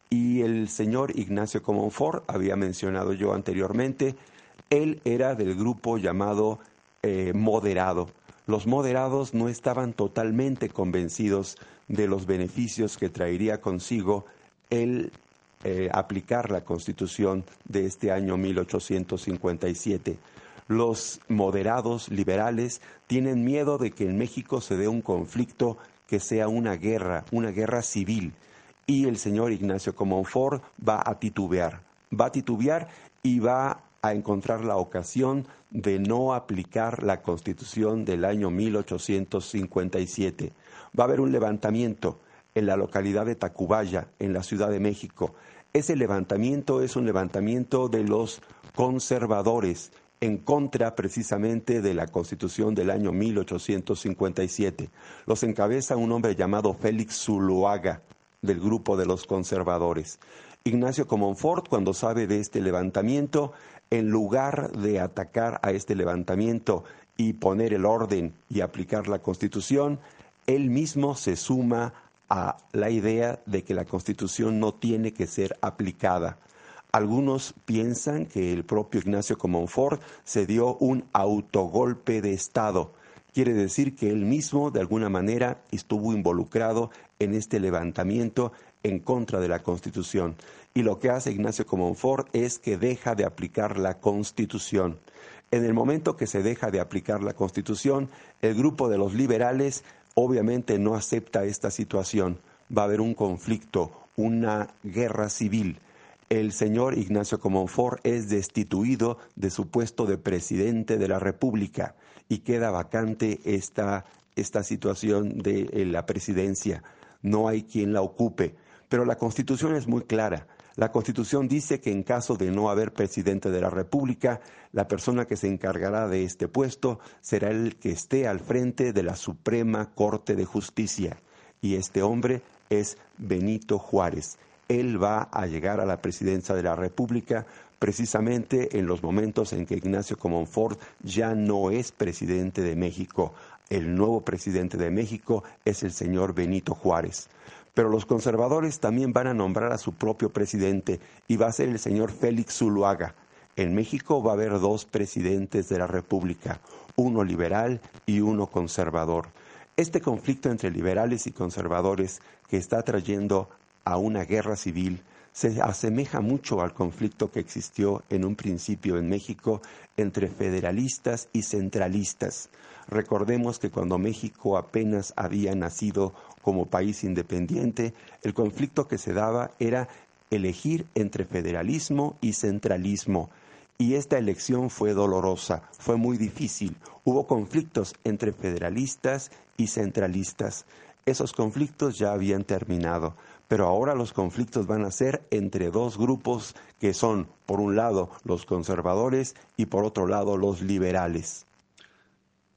Y el señor Ignacio Comonfort, había mencionado yo anteriormente, él era del grupo llamado eh, moderado. Los moderados no estaban totalmente convencidos de los beneficios que traería consigo el eh, aplicar la Constitución de este año mil ochocientos cincuenta y siete. Los moderados liberales tienen miedo de que en México se dé un conflicto que sea una guerra, una guerra civil. Y el señor Ignacio Comonfort va a titubear, va a titubear y va a encontrar la ocasión de no aplicar la Constitución del año mil ochocientos cincuenta y siete. Va a haber un levantamiento en la localidad de Tacubaya, en la Ciudad de México. Ese levantamiento es un levantamiento de los conservadores, en contra precisamente de la Constitución del año mil ochocientos cincuenta y siete. Los encabeza un hombre llamado Félix Zuloaga, del grupo de los conservadores. Ignacio Comonfort, cuando sabe de este levantamiento, en lugar de atacar a este levantamiento y poner el orden y aplicar la Constitución, él mismo se suma a la idea de que la Constitución no tiene que ser aplicada. Algunos piensan que el propio Ignacio Comonfort se dio un autogolpe de Estado. Quiere decir que él mismo, de alguna manera, estuvo involucrado en este levantamiento en contra de la Constitución. Y lo que hace Ignacio Comonfort es que deja de aplicar la Constitución. En el momento que se deja de aplicar la Constitución, el grupo de los liberales obviamente no acepta esta situación. Va a haber un conflicto, una guerra civil. El señor Ignacio Comonfort es destituido de su puesto de presidente de la República y queda vacante esta, esta situación de la presidencia. No hay quien la ocupe, pero la Constitución es muy clara. La Constitución dice que en caso de no haber presidente de la República, la persona que se encargará de este puesto será el que esté al frente de la Suprema Corte de Justicia. Y este hombre es Benito Juárez. Él va a llegar a la presidencia de la República precisamente en los momentos en que Ignacio Comonfort ya no es presidente de México. El nuevo presidente de México es el señor Benito Juárez. Pero los conservadores también van a nombrar a su propio presidente y va a ser el señor Félix Zuloaga. En México va a haber dos presidentes de la República, uno liberal y uno conservador. Este conflicto entre liberales y conservadores que está trayendo a una guerra civil se asemeja mucho al conflicto que existió en un principio en México entre federalistas y centralistas. Recordemos que cuando México apenas había nacido como país independiente, el conflicto que se daba era elegir entre federalismo y centralismo. Y esta elección fue dolorosa, fue muy difícil. Hubo conflictos entre federalistas y centralistas. Esos conflictos ya habían terminado, pero ahora los conflictos van a ser entre dos grupos que son, por un lado, los conservadores y por otro lado, los liberales.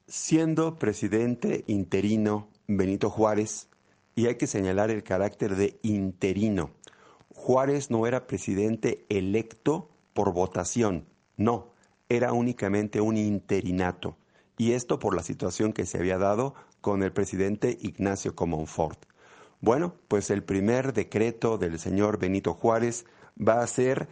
Siendo presidente interino Benito Juárez, y hay que señalar el carácter de interino, Juárez no era presidente electo por votación, no, era únicamente un interinato, y esto por la situación que se había dado con el presidente Ignacio Comonfort. Bueno, pues el primer decreto del señor Benito Juárez va a ser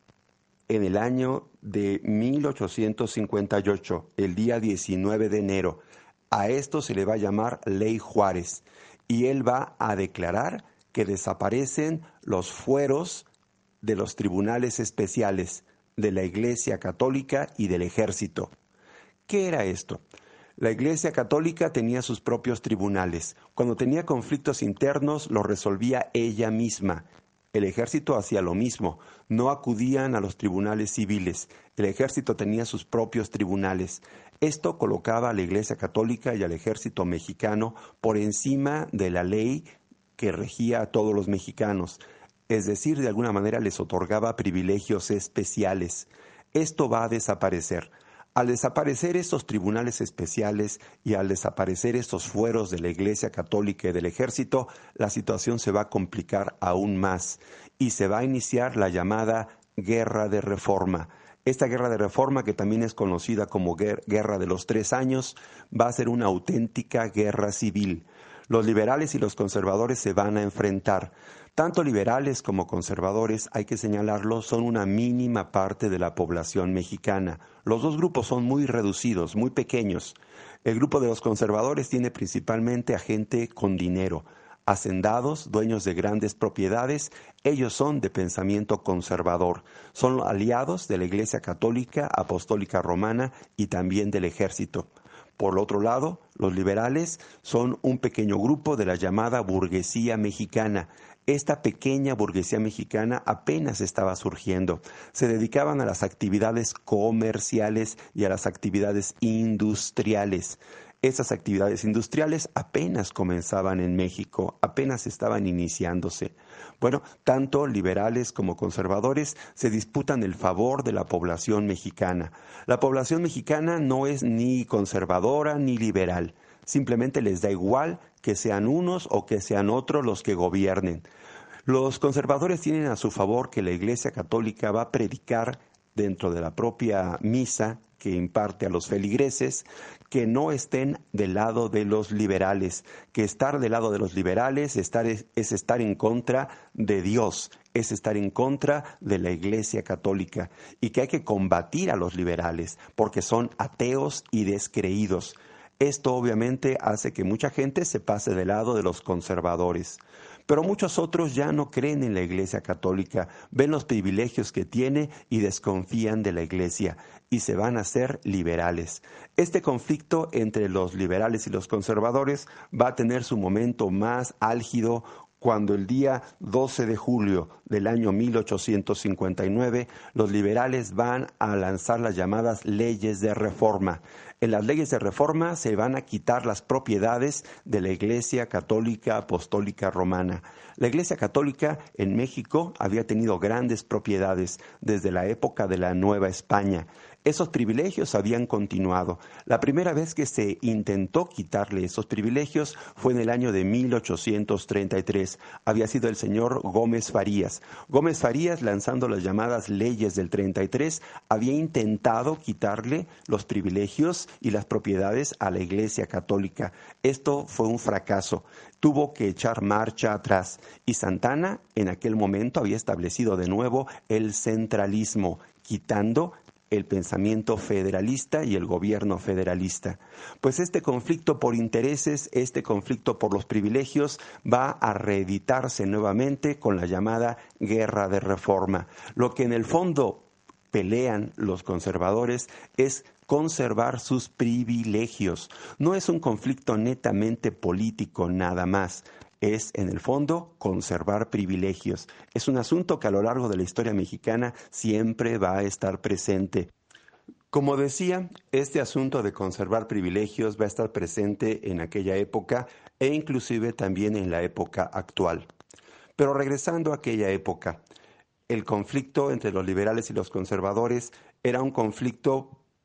en el año de mil ochocientos cincuenta y ocho, el día diecinueve de enero. A esto se le va a llamar Ley Juárez, y él va a declarar que desaparecen los fueros de los tribunales especiales de la Iglesia Católica y del Ejército. ¿Qué era esto? La Iglesia Católica tenía sus propios tribunales. Cuando tenía conflictos internos, los resolvía ella misma. El ejército hacía lo mismo, no acudían a los tribunales civiles. El ejército tenía sus propios tribunales. Esto colocaba a la Iglesia Católica y al ejército mexicano por encima de la ley que regía a todos los mexicanos. Es decir, de alguna manera les otorgaba privilegios especiales. Esto va a desaparecer. Al desaparecer estos tribunales especiales y al desaparecer estos fueros de la Iglesia Católica y del Ejército, la situación se va a complicar aún más y se va a iniciar la llamada Guerra de Reforma. Esta Guerra de Reforma, que también es conocida como Guerra de los Tres Años, va a ser una auténtica guerra civil. Los liberales y los conservadores se van a enfrentar. Tanto liberales como conservadores, hay que señalarlo, son una mínima parte de la población mexicana. Los dos grupos son muy reducidos, muy pequeños. El grupo de los conservadores tiene principalmente a gente con dinero, hacendados, dueños de grandes propiedades. Ellos son de pensamiento conservador. Son aliados de la Iglesia Católica, Apostólica Romana y también del Ejército. Por otro lado, los liberales son un pequeño grupo de la llamada burguesía mexicana. Esta pequeña burguesía mexicana apenas estaba surgiendo. Se dedicaban a las actividades comerciales y a las actividades industriales. Esas actividades industriales apenas comenzaban en México, apenas estaban iniciándose. Bueno, tanto liberales como conservadores se disputan el favor de la población mexicana. La población mexicana no es ni conservadora ni liberal. Simplemente les da igual que sean unos o que sean otros los que gobiernen. Los conservadores tienen a su favor que la Iglesia Católica va a predicar dentro de la propia misa que imparte a los feligreses, que no estén del lado de los liberales, que estar del lado de los liberales estar es, es estar en contra de Dios, es estar en contra de la Iglesia Católica, y que hay que combatir a los liberales porque son ateos y descreídos. Esto obviamente hace que mucha gente se pase del lado de los conservadores. Pero muchos otros ya no creen en la Iglesia Católica, ven los privilegios que tiene y desconfían de la Iglesia y se van a hacer liberales. Este conflicto entre los liberales y los conservadores va a tener su momento más álgido cuando el día doce de julio del año mil ochocientos cincuenta y nueve los liberales van a lanzar las llamadas leyes de reforma. En las leyes de reforma se van a quitar las propiedades de la Iglesia Católica Apostólica Romana. La Iglesia Católica en México había tenido grandes propiedades desde la época de la Nueva España. Esos privilegios habían continuado. La primera vez que se intentó quitarle esos privilegios fue en el año de mil ochocientos treinta y tres. Había sido el señor Gómez Farías. Gómez Farías, lanzando las llamadas leyes del treinta y tres, había intentado quitarle los privilegios y las propiedades a la Iglesia Católica. Esto fue un fracaso. Tuvo que echar marcha atrás. Y Santana en aquel momento había establecido de nuevo el centralismo, quitando el pensamiento federalista y el gobierno federalista. Pues este conflicto por intereses, este conflicto por los privilegios va a reeditarse nuevamente con la llamada Guerra de Reforma. Lo que en el fondo pelean los conservadores es conservar sus privilegios. No es un conflicto netamente político nada más. Es, en el fondo, conservar privilegios. Es un asunto que a lo largo de la historia mexicana siempre va a estar presente. Como decía, este asunto de conservar privilegios va a estar presente en aquella época e inclusive también en la época actual. Pero regresando a aquella época, el conflicto entre los liberales y los conservadores era un conflicto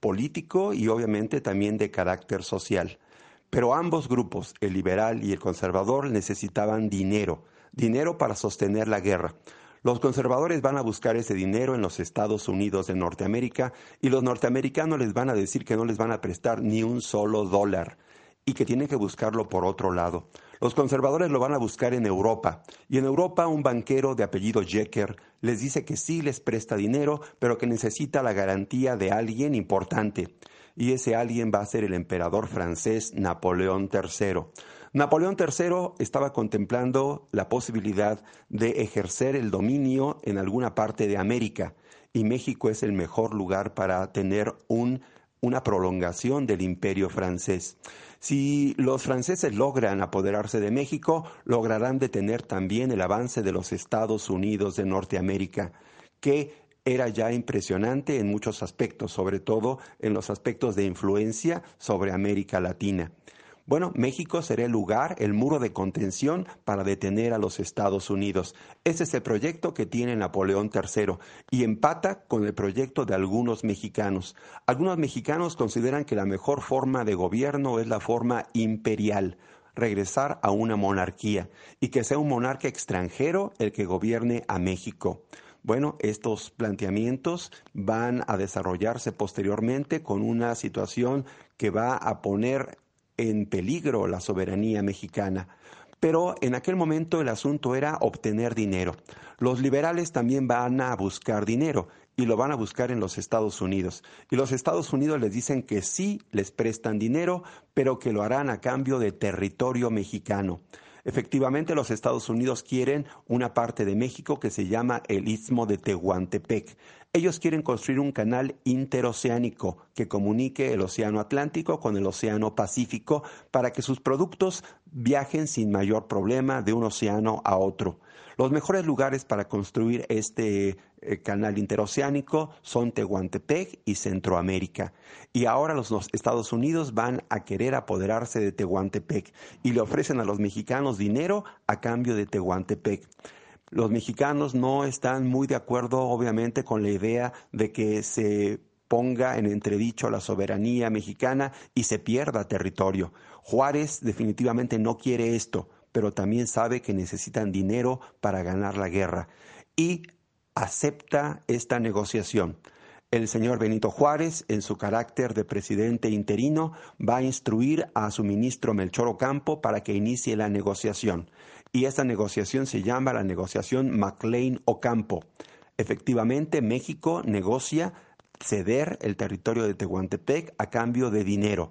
político y obviamente también de carácter social. Pero ambos grupos, el liberal y el conservador, necesitaban dinero, dinero para sostener la guerra. Los conservadores van a buscar ese dinero en los Estados Unidos de Norteamérica y los norteamericanos les van a decir que no les van a prestar ni un solo dólar y que tienen que buscarlo por otro lado. Los conservadores lo van a buscar en Europa y en Europa un banquero de apellido Jecker les dice que sí les presta dinero, pero que necesita la garantía de alguien importante. Y ese alguien va a ser el emperador francés Napoleón tercero. Napoleón tercero estaba contemplando la posibilidad de ejercer el dominio en alguna parte de América y México es el mejor lugar para tener un, una prolongación del imperio francés. Si los franceses logran apoderarse de México, lograrán detener también el avance de los Estados Unidos de Norteamérica, que era ya impresionante en muchos aspectos, sobre todo en los aspectos de influencia sobre América Latina. Bueno, México será el lugar, el muro de contención para detener a los Estados Unidos. Ese es el proyecto que tiene Napoleón tercero y empata con el proyecto de algunos mexicanos. Algunos mexicanos consideran que la mejor forma de gobierno es la forma imperial, regresar a una monarquía y que sea un monarca extranjero el que gobierne a México. Bueno, estos planteamientos van a desarrollarse posteriormente con una situación que va a poner en peligro la soberanía mexicana. Pero en aquel momento el asunto era obtener dinero. Los liberales también van a buscar dinero y lo van a buscar en los Estados Unidos. Y los Estados Unidos les dicen que sí les prestan dinero, pero que lo harán a cambio de territorio mexicano. Efectivamente, los Estados Unidos quieren una parte de México que se llama el Istmo de Tehuantepec. Ellos quieren construir un canal interoceánico que comunique el Océano Atlántico con el Océano Pacífico para que sus productos viajen sin mayor problema de un océano a otro. Los mejores lugares para construir este eh, canal interoceánico son Tehuantepec y Centroamérica. Y ahora los, los Estados Unidos van a querer apoderarse de Tehuantepec y le ofrecen a los mexicanos dinero a cambio de Tehuantepec. Los mexicanos no están muy de acuerdo, obviamente, con la idea de que se ponga en entredicho la soberanía mexicana y se pierda territorio. Juárez definitivamente no quiere esto, pero también sabe que necesitan dinero para ganar la guerra y acepta esta negociación. El señor Benito Juárez, en su carácter de presidente interino, va a instruir a su ministro Melchor Ocampo para que inicie la negociación. Y esta negociación se llama la negociación McLean-Ocampo. Efectivamente, México negocia ceder el territorio de Tehuantepec a cambio de dinero.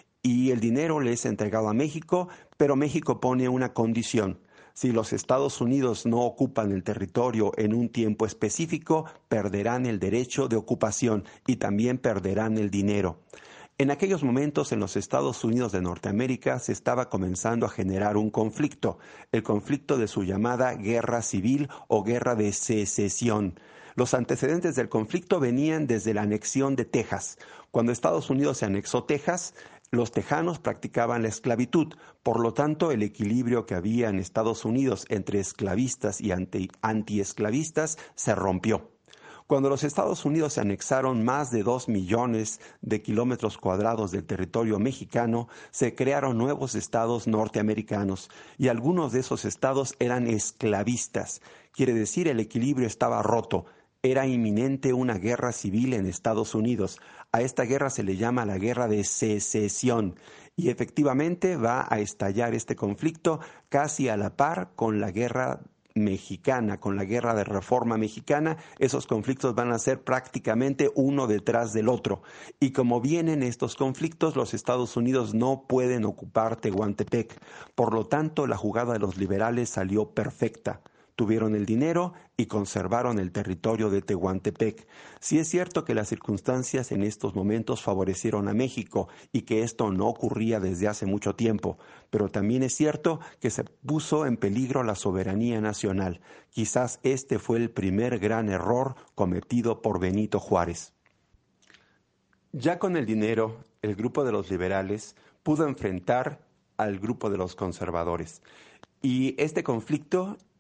Y el dinero le es entregado a México, pero México pone una condición. Si los Estados Unidos no ocupan el territorio en un tiempo específico, perderán el derecho de ocupación y también perderán el dinero. En aquellos momentos en los Estados Unidos de Norteamérica se estaba comenzando a generar un conflicto, el conflicto de su llamada guerra civil o guerra de secesión. Los antecedentes del conflicto venían desde la anexión de Texas. Cuando Estados Unidos se anexó Texas, los tejanos practicaban la esclavitud, por lo tanto el equilibrio que había en Estados Unidos entre esclavistas y anti- antiesclavistas se rompió. Cuando los Estados Unidos se anexaron más de dos millones de kilómetros cuadrados del territorio mexicano, se crearon nuevos estados norteamericanos y algunos de esos estados eran esclavistas. Quiere decir, el equilibrio estaba roto. Era inminente una guerra civil en Estados Unidos. A esta guerra se le llama la guerra de secesión y efectivamente va a estallar este conflicto casi a la par con la guerra mexicana, con la guerra de reforma mexicana. Esos conflictos van a ser prácticamente uno detrás del otro. Y como vienen estos conflictos, los Estados Unidos no pueden ocupar Tehuantepec. Por lo tanto, la jugada de los liberales salió perfecta. Tuvieron el dinero y conservaron el territorio de Tehuantepec. Sí es cierto que las circunstancias en estos momentos favorecieron a México y que esto no ocurría desde hace mucho tiempo, pero también es cierto que se puso en peligro la soberanía nacional. Quizás este fue el primer gran error cometido por Benito Juárez. Ya con el dinero, el grupo de los liberales pudo enfrentar al grupo de los conservadores. Y este conflicto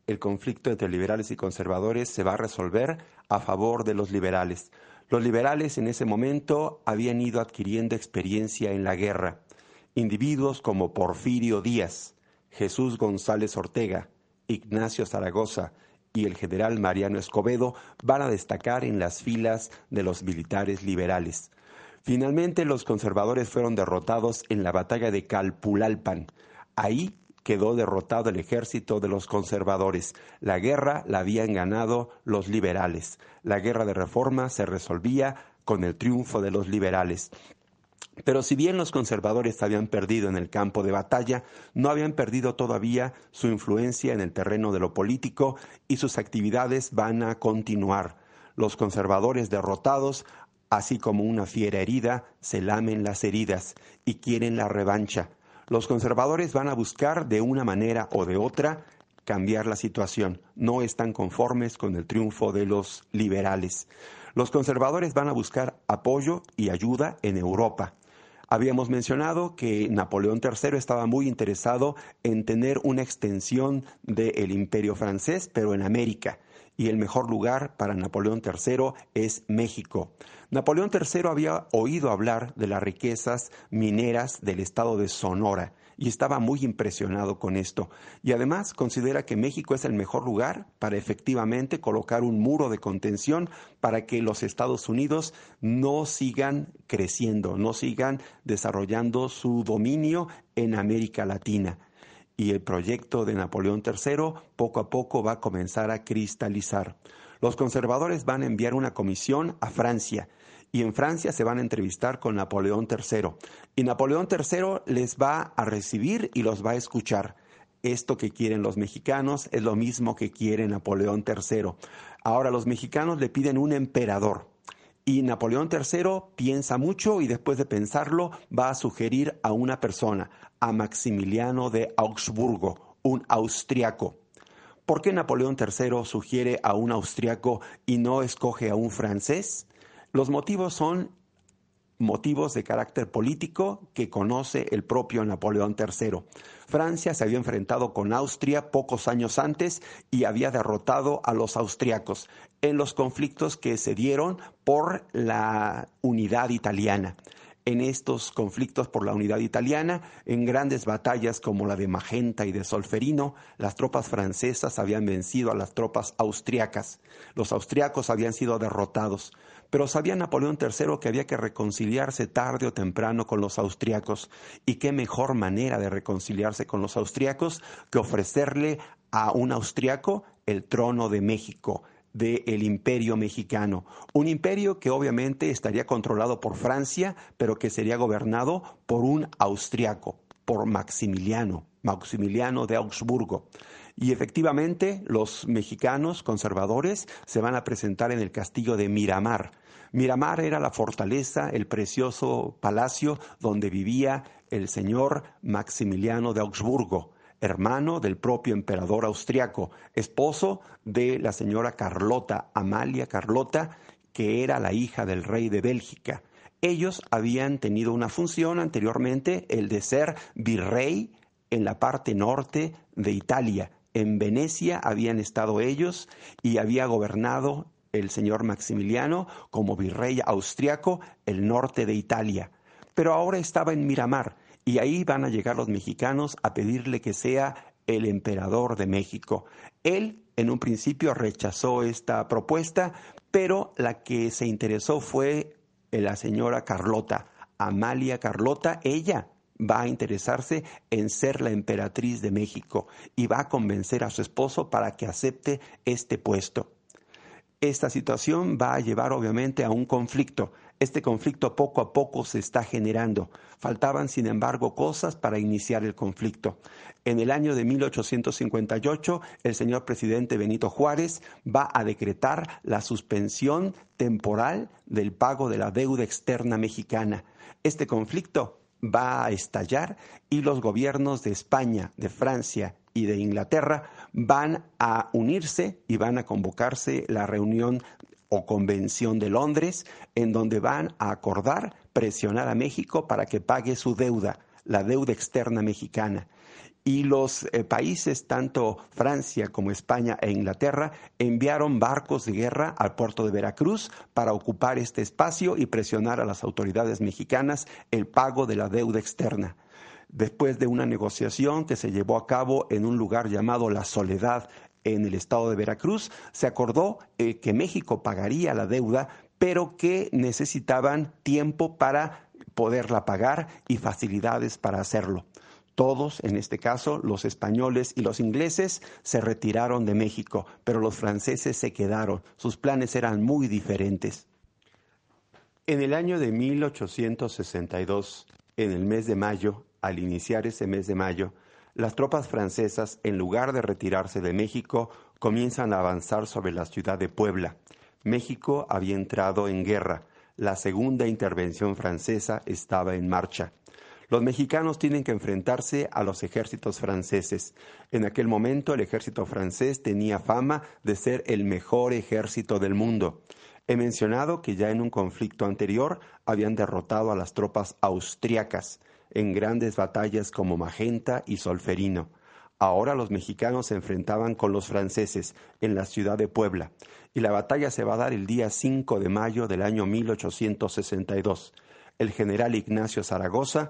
el conflicto entre liberales y conservadores se va a resolver a favor de los liberales. Los liberales en ese momento habían ido adquiriendo experiencia en la guerra. Individuos como Porfirio Díaz, Jesús González Ortega, Ignacio Zaragoza y el general Mariano Escobedo van a destacar en las filas de los militares liberales. Finalmente, los conservadores fueron derrotados en la batalla de Calpulalpan. Ahí quedó derrotado el ejército de los conservadores. La guerra la habían ganado los liberales. La guerra de reforma se resolvía con el triunfo de los liberales. Pero si bien los conservadores habían perdido en el campo de batalla, no habían perdido todavía su influencia en el terreno de lo político y sus actividades van a continuar. Los conservadores derrotados, así como una fiera herida, se lamen las heridas y quieren la revancha. Los conservadores van a buscar de una manera o de otra cambiar la situación. No están conformes con el triunfo de los liberales. Los conservadores van a buscar apoyo y ayuda en Europa. Habíamos mencionado que Napoleón tercero estaba muy interesado en tener una extensión del imperio francés, pero en América. Y el mejor lugar para Napoleón tercero es México. Napoleón tercero había oído hablar de las riquezas mineras del estado de Sonora y estaba muy impresionado con esto. Y además considera que México es el mejor lugar para efectivamente colocar un muro de contención para que los Estados Unidos no sigan creciendo, no sigan desarrollando su dominio en América Latina. Y el proyecto de Napoleón tercero poco a poco va a comenzar a cristalizar. Los conservadores van a enviar una comisión a Francia y en Francia se van a entrevistar con Napoleón tercero. Y Napoleón tercero les va a recibir y los va a escuchar. Esto que quieren los mexicanos es lo mismo que quiere Napoleón tercero. Ahora los mexicanos le piden un emperador. Y Napoleón tercero piensa mucho y después de pensarlo va a sugerir a una persona, a Maximiliano de Augsburgo, un austriaco. ¿Por qué Napoleón tercero sugiere a un austriaco y no escoge a un francés? Los motivos son motivos de carácter político que conoce el propio Napoleón tercero. Francia se había enfrentado con Austria pocos años antes y había derrotado a los austriacos en los conflictos que se dieron por la unidad italiana. En estos conflictos por la unidad italiana, en grandes batallas como la de Magenta y de Solferino, las tropas francesas habían vencido a las tropas austriacas. Los austriacos habían sido derrotados. Pero sabía Napoleón tercero que había que reconciliarse tarde o temprano con los austriacos. Y qué mejor manera de reconciliarse con los austriacos que ofrecerle a un austriaco el trono de México, del imperio mexicano. Un imperio que obviamente estaría controlado por Francia, pero que sería gobernado por un austriaco, por Maximiliano, Maximiliano de Augsburgo. Y efectivamente los mexicanos conservadores se van a presentar en el castillo de Miramar. Miramar era la fortaleza, el precioso palacio donde vivía el señor Maximiliano de Augsburgo, hermano del propio emperador austriaco, esposo de la señora Carlota, Amalia Carlota, que era la hija del rey de Bélgica. Ellos habían tenido una función anteriormente, el de ser virrey en la parte norte de Italia. En Venecia habían estado ellos y había gobernado el señor Maximiliano como virrey austriaco el norte de Italia. Pero ahora estaba en Miramar y ahí van a llegar los mexicanos a pedirle que sea el emperador de México. Él en un principio rechazó esta propuesta, pero la que se interesó fue la señora Carlota, Amalia Carlota. Ella va a interesarse en ser la emperatriz de México y va a convencer a su esposo para que acepte este puesto. Esta situación va a llevar obviamente a un conflicto. Este conflicto poco a poco se está generando. Faltaban, sin embargo, cosas para iniciar el conflicto. En el año de mil ochocientos cincuenta y ocho, el señor presidente Benito Juárez va a decretar la suspensión temporal del pago de la deuda externa mexicana. Este conflicto va a estallar y los gobiernos de España, de Francia y de Inglaterra van a unirse y van a convocarse la reunión o Convención de Londres, en donde van a acordar presionar a México para que pague su deuda, la deuda externa mexicana. Y los eh, países, tanto Francia como España e Inglaterra, enviaron barcos de guerra al puerto de Veracruz para ocupar este espacio y presionar a las autoridades mexicanas el pago de la deuda externa. Después de una negociación que se llevó a cabo en un lugar llamado La Soledad, en el estado de Veracruz, se acordó eh, que México pagaría la deuda, pero que necesitaban tiempo para poderla pagar y facilidades para hacerlo. Todos, en este caso, los españoles y los ingleses, se retiraron de México, pero los franceses se quedaron. Sus planes eran muy diferentes. En el año de mil ochocientos sesenta y dos, en el mes de mayo, al iniciar ese mes de mayo, las tropas francesas, en lugar de retirarse de México, comienzan a avanzar sobre la ciudad de Puebla. México había entrado en guerra. La segunda intervención francesa estaba en marcha. Los mexicanos tienen que enfrentarse a los ejércitos franceses. En aquel momento el ejército francés tenía fama de ser el mejor ejército del mundo. He mencionado que ya en un conflicto anterior habían derrotado a las tropas austriacas en grandes batallas como Magenta y Solferino. Ahora los mexicanos se enfrentaban con los franceses en la ciudad de Puebla y la batalla se va a dar el día cinco de mayo del año mil ochocientos sesenta y dos. El general Ignacio Zaragoza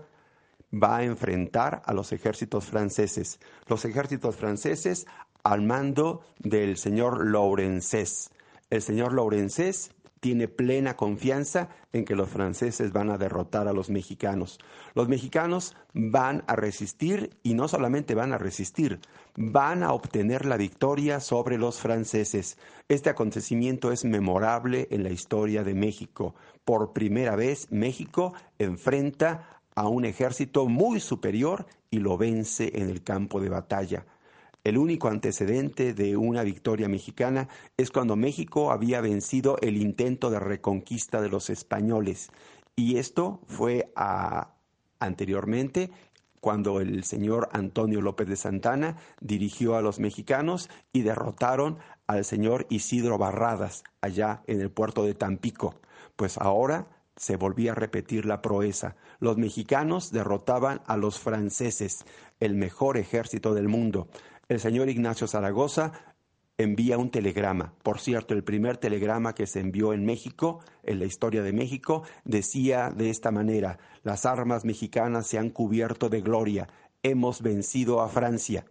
va a enfrentar a los ejércitos franceses. Los ejércitos franceses al mando del señor Lorenzés. El señor Lorenzés tiene plena confianza en que los franceses van a derrotar a los mexicanos. Los mexicanos van a resistir y no solamente van a resistir, van a obtener la victoria sobre los franceses. Este acontecimiento es memorable en la historia de México. Por primera vez, México enfrenta a un ejército muy superior y lo vence en el campo de batalla. El único antecedente de una victoria mexicana es cuando México había vencido el intento de reconquista de los españoles. Y esto fue a, anteriormente cuando el señor Antonio López de Santana dirigió a los mexicanos y derrotaron al señor Isidro Barradas allá en el puerto de Tampico. Pues ahora se volvía a repetir la proeza. Los mexicanos derrotaban a los franceses, el mejor ejército del mundo. El señor Ignacio Zaragoza envía un telegrama. Por cierto, el primer telegrama que se envió en México, en la historia de México, decía de esta manera: las armas mexicanas se han cubierto de gloria, hemos vencido a Francia.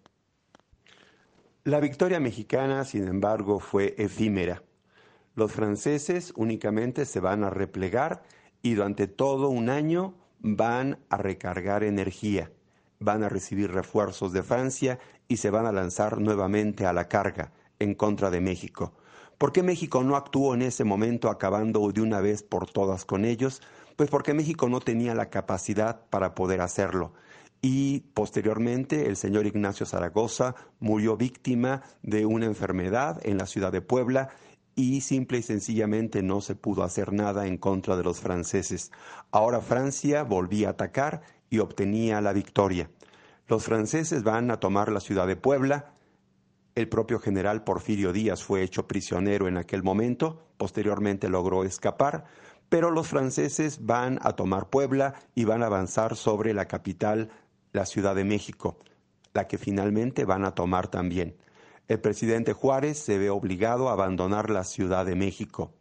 La victoria mexicana, sin embargo, fue efímera. Los franceses únicamente se van a replegar y durante todo un año van a recargar energía, van a recibir refuerzos de Francia y se van a lanzar nuevamente a la carga en contra de México. ¿Por qué México no actuó en ese momento acabando de una vez por todas con ellos? Pues porque México no tenía la capacidad para poder hacerlo. Y posteriormente el señor Ignacio Zaragoza murió víctima de una enfermedad en la ciudad de Puebla y simple y sencillamente no se pudo hacer nada en contra de los franceses. Ahora Francia volvía a atacar y obtenía la victoria. Los franceses van a tomar la ciudad de Puebla. El propio general Porfirio Díaz fue hecho prisionero en aquel momento, posteriormente logró escapar, pero los franceses van a tomar Puebla y van a avanzar sobre la capital, la Ciudad de México, la que finalmente van a tomar también. El presidente Juárez se ve obligado a abandonar la Ciudad de México.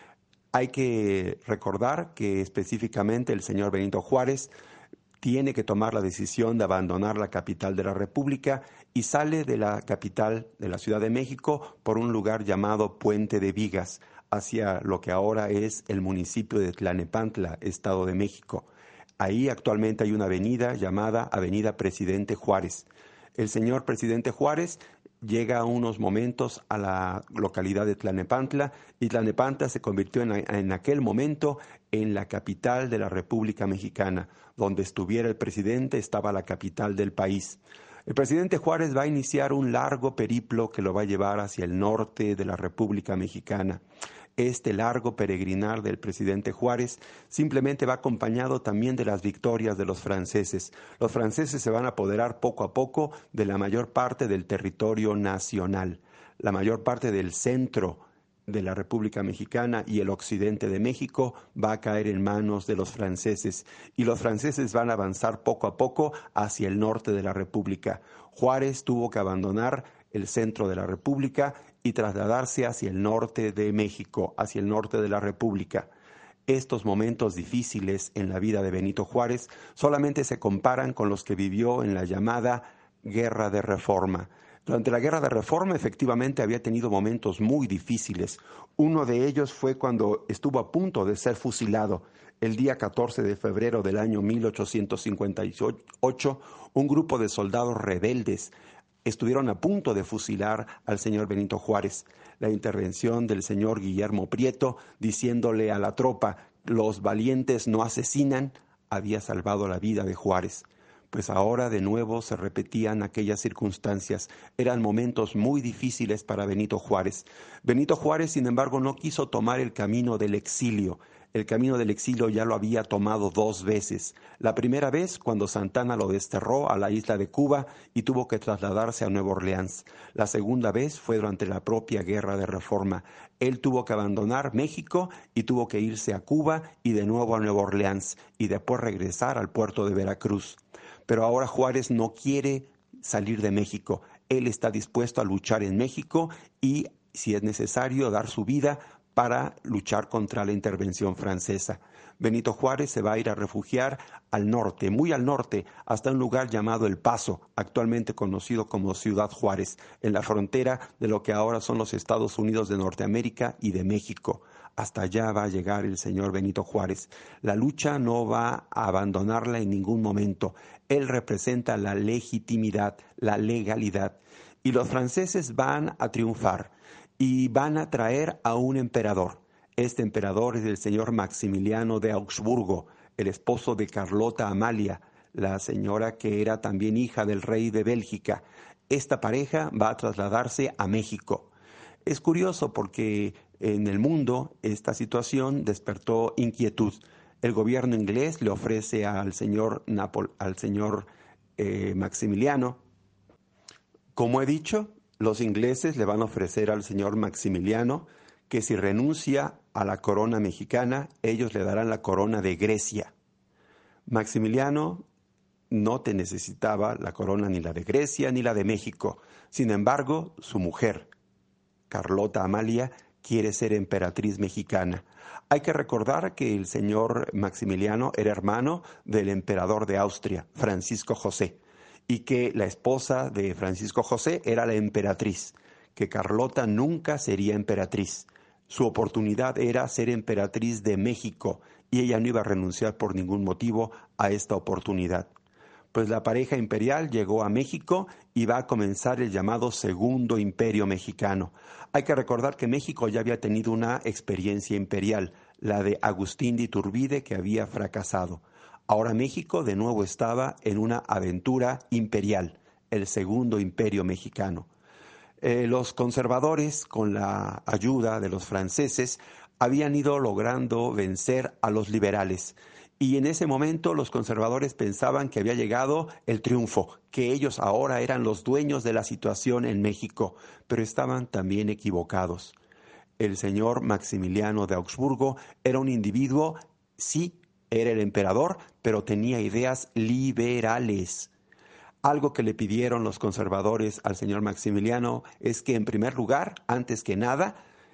Hay que recordar que específicamente el señor Benito Juárez tiene que tomar la decisión de abandonar la capital de la República y sale de la capital de la Ciudad de México por un lugar llamado Puente de Vigas, hacia lo que ahora es el municipio de Tlalnepantla, Estado de México. Ahí actualmente hay una avenida llamada Avenida Presidente Juárez. El señor Presidente Juárez llega a unos momentos a la localidad de Tlalnepantla y Tlalnepantla se convirtió en, en aquel momento en la capital de la República Mexicana. Donde estuviera el presidente estaba la capital del país. El presidente Juárez va a iniciar un largo periplo que lo va a llevar hacia el norte de la República Mexicana. Este largo peregrinar del presidente Juárez simplemente va acompañado también de las victorias de los franceses. Los franceses se van a apoderar poco a poco de la mayor parte del territorio nacional, la mayor parte del centro de la República Mexicana y el occidente de México va a caer en manos de los franceses, y los franceses van a avanzar poco a poco hacia el norte de la República. Juárez tuvo que abandonar el centro de la República y trasladarse hacia el norte de México, hacia el norte de la República. Estos momentos difíciles en la vida de Benito Juárez solamente se comparan con los que vivió en la llamada Guerra de Reforma. Durante la Guerra de Reforma efectivamente había tenido momentos muy difíciles. Uno de ellos fue cuando estuvo a punto de ser fusilado. El día catorce de febrero del año mil ochocientos cincuenta y ocho, un grupo de soldados rebeldes estuvieron a punto de fusilar al señor Benito Juárez. La intervención del señor Guillermo Prieto, diciéndole a la tropa, los valientes no asesinan, había salvado la vida de Juárez. Pues ahora de nuevo se repetían aquellas circunstancias. Eran momentos muy difíciles para Benito Juárez. Benito Juárez, sin embargo, no quiso tomar el camino del exilio. El camino del exilio ya lo había tomado dos veces. La primera vez cuando Santana lo desterró a la isla de Cuba y tuvo que trasladarse a Nueva Orleans. La segunda vez fue durante la propia Guerra de Reforma. Él tuvo que abandonar México y tuvo que irse a Cuba y de nuevo a Nueva Orleans y después regresar al puerto de Veracruz. Pero ahora Juárez no quiere salir de México. Él está dispuesto a luchar en México y, si es necesario, dar su vida para luchar contra la intervención francesa. Benito Juárez se va a ir a refugiar al norte, muy al norte, hasta un lugar llamado El Paso, actualmente conocido como Ciudad Juárez, en la frontera de lo que ahora son los Estados Unidos de Norteamérica y de México. Hasta allá va a llegar el señor Benito Juárez. La lucha no va a abandonarla en ningún momento. Él representa la legitimidad, la legalidad. Y los franceses van a triunfar y van a traer a un emperador. Este emperador es el señor Maximiliano de Augsburgo, el esposo de Carlota Amalia, la señora que era también hija del rey de Bélgica. Esta pareja va a trasladarse a México. Es curioso porque en el mundo esta situación despertó inquietud. El gobierno inglés le ofrece al señor, Napol- al señor eh, Maximiliano. Como he dicho, los ingleses le van a ofrecer al señor Maximiliano que si renuncia a la corona mexicana, ellos le darán la corona de Grecia. Maximiliano no te necesitaba la corona ni la de Grecia ni la de México. Sin embargo, su mujer, Carlota Amalia, quiere ser emperatriz mexicana. Hay que recordar que el señor Maximiliano era hermano del emperador de Austria, Francisco José, y que la esposa de Francisco José era la emperatriz, que Carlota nunca sería emperatriz. Su oportunidad era ser emperatriz de México y ella no iba a renunciar por ningún motivo a esta oportunidad. Pues la pareja imperial llegó a México y va a comenzar el llamado Segundo Imperio Mexicano. Hay que recordar que México ya había tenido una experiencia imperial, la de Agustín de Iturbide, que había fracasado. Ahora México de nuevo estaba en una aventura imperial, el Segundo Imperio Mexicano. Eh, los conservadores, con la ayuda de los franceses, habían ido logrando vencer a los liberales. Y en ese momento los conservadores pensaban que había llegado el triunfo, que ellos ahora eran los dueños de la situación en México, pero estaban también equivocados. El señor Maximiliano de Augsburgo era un individuo, sí, era el emperador, pero tenía ideas liberales. Algo que le pidieron los conservadores al señor Maximiliano es que, en primer lugar, antes que nada,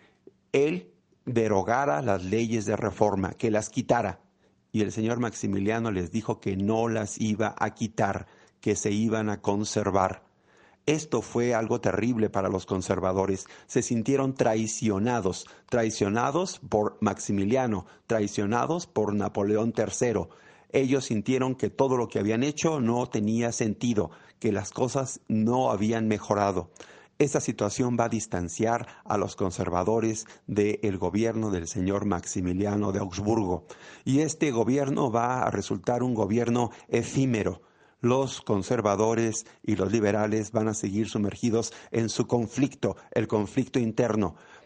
él derogara las leyes de reforma, que las quitara. Y el señor Maximiliano les dijo que no las iba a quitar, que se iban a conservar. Esto fue algo terrible para los conservadores. Se sintieron traicionados, traicionados por Maximiliano, traicionados por Napoleón tercero. Ellos sintieron que todo lo que habían hecho no tenía sentido, que las cosas no habían mejorado. Esta situación va a distanciar a los conservadores del gobierno del señor Maximiliano de Augsburgo. Y este gobierno va a resultar un gobierno efímero. Los conservadores y los liberales van a seguir sumergidos en su conflicto, el conflicto interno.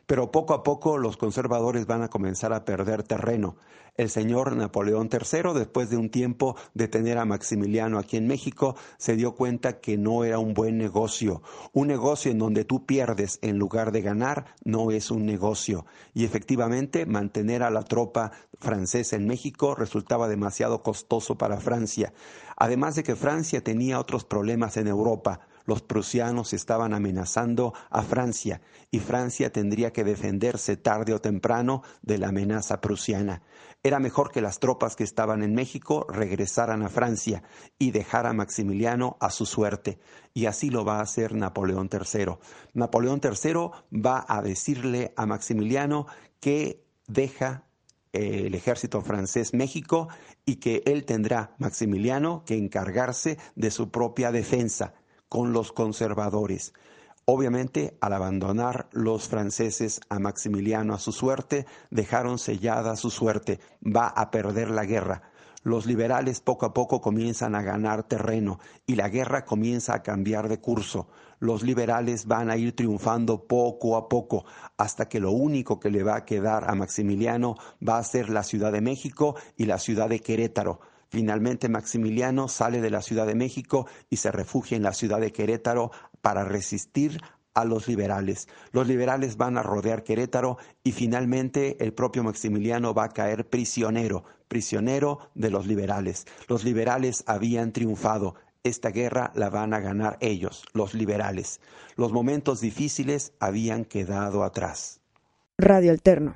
Pero poco a poco los conservadores van a comenzar a perder terreno. El señor Napoleón tercero, después de un tiempo de tener a Maximiliano aquí en México, se dio cuenta que no era un buen negocio. Un negocio en donde tú pierdes en lugar de ganar no es un negocio. Y efectivamente, mantener a la tropa francesa en México resultaba demasiado costoso para Francia. Además de que Francia tenía otros problemas en Europa. Los prusianos estaban amenazando a Francia y Francia tendría que defenderse tarde o temprano de la amenaza prusiana. Era mejor que las tropas que estaban en México regresaran a Francia y dejar a Maximiliano a su suerte. Y así lo va a hacer Napoleón tercero. Napoleón tercero va a decirle a Maximiliano que deja el ejército francés México y que él tendrá, Maximiliano, que encargarse de su propia defensa con los conservadores. Obviamente, al abandonar los franceses a Maximiliano a su suerte, dejaron sellada su suerte. Va a perder la guerra. Los liberales poco a poco comienzan a ganar terreno y la guerra comienza a cambiar de curso. Los liberales van a ir triunfando poco a poco hasta que lo único que le va a quedar a Maximiliano va a ser la Ciudad de México y la ciudad de Querétaro. Finalmente Maximiliano sale de la Ciudad de México y se refugia en la ciudad de Querétaro para resistir a los liberales. Los liberales van a rodear Querétaro y finalmente el propio Maximiliano va a caer prisionero, prisionero de los liberales. Los liberales habían triunfado. Esta guerra la van a ganar ellos, los liberales. Los momentos difíciles habían quedado atrás. Radio Alterno.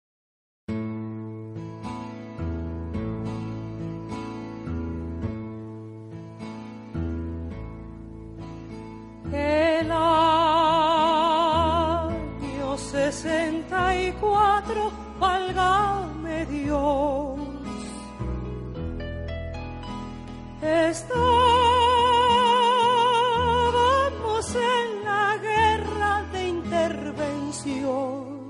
El año sesenta y cuatro, válgame Dios, estábamos en la guerra de intervención.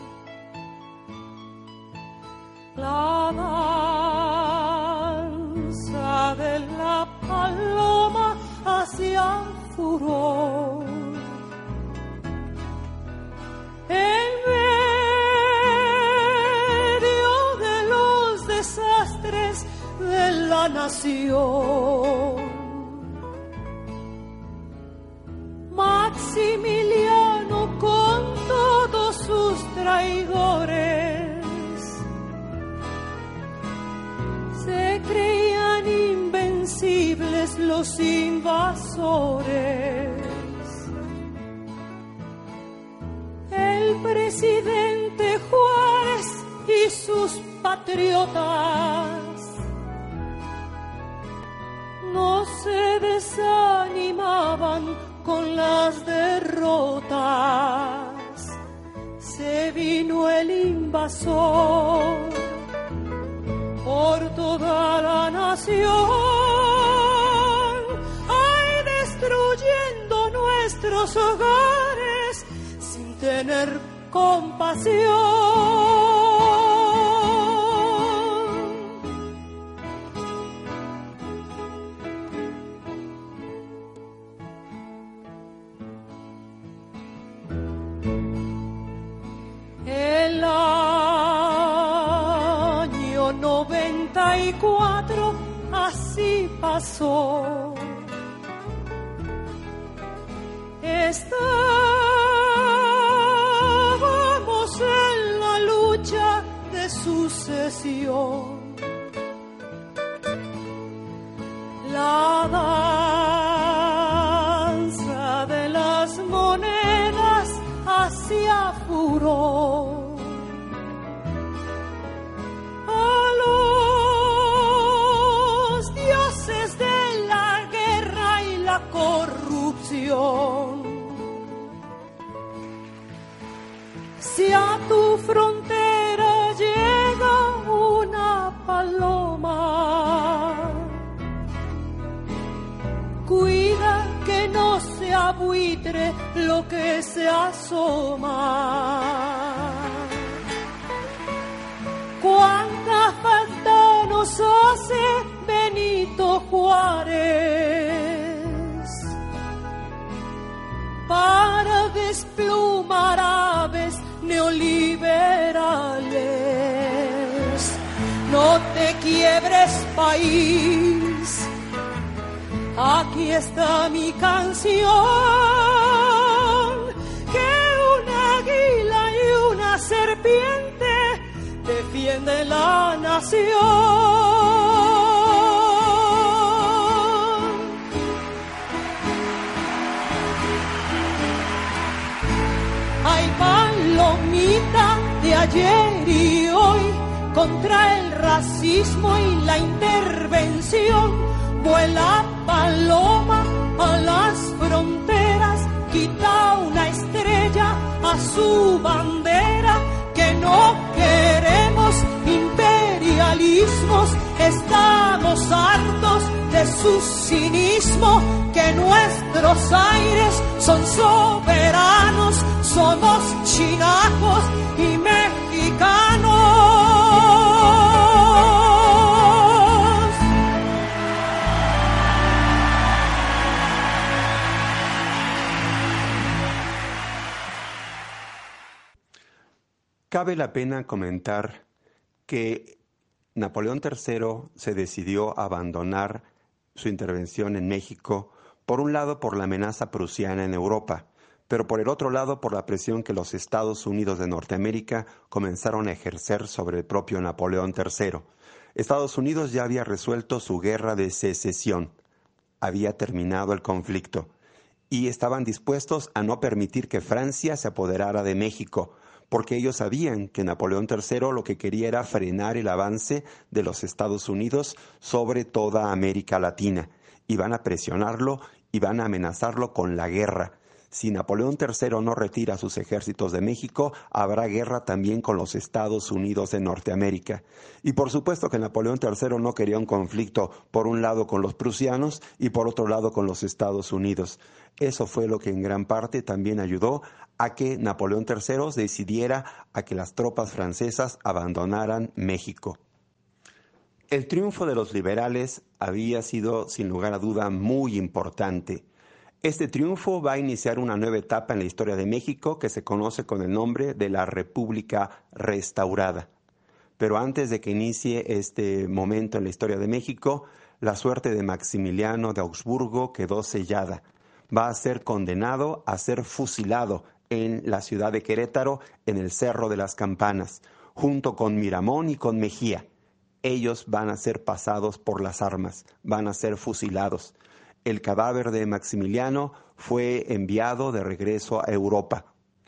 La danza de la paloma hacia furor. En medio de los desastres de la nación, Maximiliano con todos sus traidores se creían invencibles los invasores. El presidente Juárez y sus patriotas no se desanimaban con las derrotas. Se vino el invasor por toda la nación, ay, destruyendo nuestros hogares sin tener compasión. El año noventa y cuatro así pasó. Estábamos en la lucha de sucesión. La danza de las monedas hacía furor. A los dioses de la guerra y la corrupción. Si a tu frontera llega una paloma, cuida que no se abuitre lo que se asoma. Cuánta falta nos hace Benito Juárez para desplumar aves no te quiebres, país. Aquí está mi canción, que un águila y una serpiente defienden la nación. Hay palomita de ayer y hoy contra el racismo y la intervención. Vuela paloma a las fronteras, quita una estrella a su bandera. Que no queremos imperialismos, estamos hartos de su cinismo. Que nuestros aires son soberanos, somos chinacos y mexicanos. Cabe la pena comentar que Napoleón tercero se decidió a abandonar su intervención en México, por un lado por la amenaza prusiana en Europa, pero por el otro lado por la presión que los Estados Unidos de Norteamérica comenzaron a ejercer sobre el propio Napoleón tercero. Estados Unidos ya había resuelto su guerra de secesión, había terminado el conflicto y estaban dispuestos a no permitir que Francia se apoderara de México, porque ellos sabían que Napoleón tercero lo que quería era frenar el avance de los Estados Unidos sobre toda América Latina. Iban a presionarlo, iban a amenazarlo con la guerra. Si Napoleón tercero no retira sus ejércitos de México, habrá guerra también con los Estados Unidos de Norteamérica. Y por supuesto que Napoleón tercero no quería un conflicto por un lado con los prusianos y por otro lado con los Estados Unidos. Eso fue lo que en gran parte también ayudó a que Napoleón tercero decidiera a que las tropas francesas abandonaran México. El triunfo de los liberales había sido, sin lugar a duda, muy importante. Este triunfo va a iniciar una nueva etapa en la historia de México que se conoce con el nombre de la República Restaurada. Pero antes de que inicie este momento en la historia de México, la suerte de Maximiliano de Augsburgo quedó sellada. Va a ser condenado a ser fusilado en la ciudad de Querétaro, en el Cerro de las Campanas, junto con Miramón y con Mejía. Ellos van a ser pasados por las armas, van a ser fusilados. El cadáver de Maximiliano fue enviado de regreso a Europa.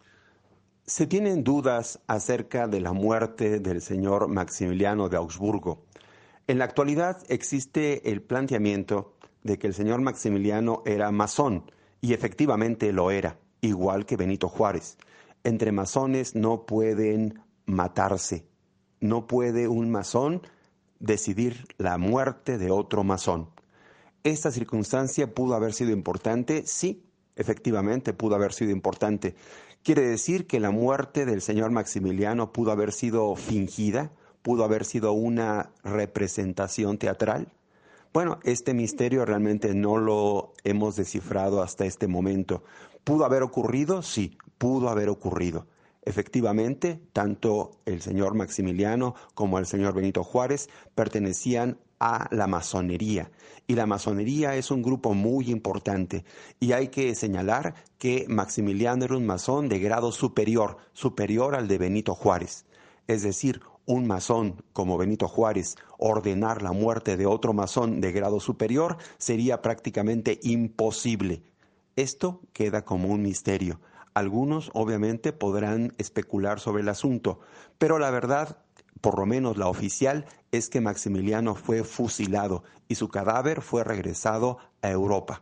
Se tienen dudas acerca de la muerte del señor Maximiliano de Augsburgo. En la actualidad existe el planteamiento de que el señor Maximiliano era masón, y efectivamente lo era, igual que Benito Juárez. Entre masones no pueden matarse. No puede un masón decidir la muerte de otro masón. ¿Esta circunstancia pudo haber sido importante? Sí, efectivamente pudo haber sido importante. ¿Quiere decir que la muerte del señor Maximiliano pudo haber sido fingida? ¿Pudo haber sido una representación teatral? Bueno, este misterio realmente no lo hemos descifrado hasta este momento. ¿Pudo haber ocurrido? Sí, pudo haber ocurrido. Efectivamente, tanto el señor Maximiliano como el señor Benito Juárez pertenecían a la masonería. Y la masonería es un grupo muy importante. Y hay que señalar que Maximiliano era un masón de grado superior, superior al de Benito Juárez. Es decir, un masón como Benito Juárez ordenar la muerte de otro masón de grado superior sería prácticamente imposible. Esto queda como un misterio. Algunos obviamente podrán especular sobre el asunto, pero la verdad, por lo menos la oficial, es que Maximiliano fue fusilado y su cadáver fue regresado a Europa.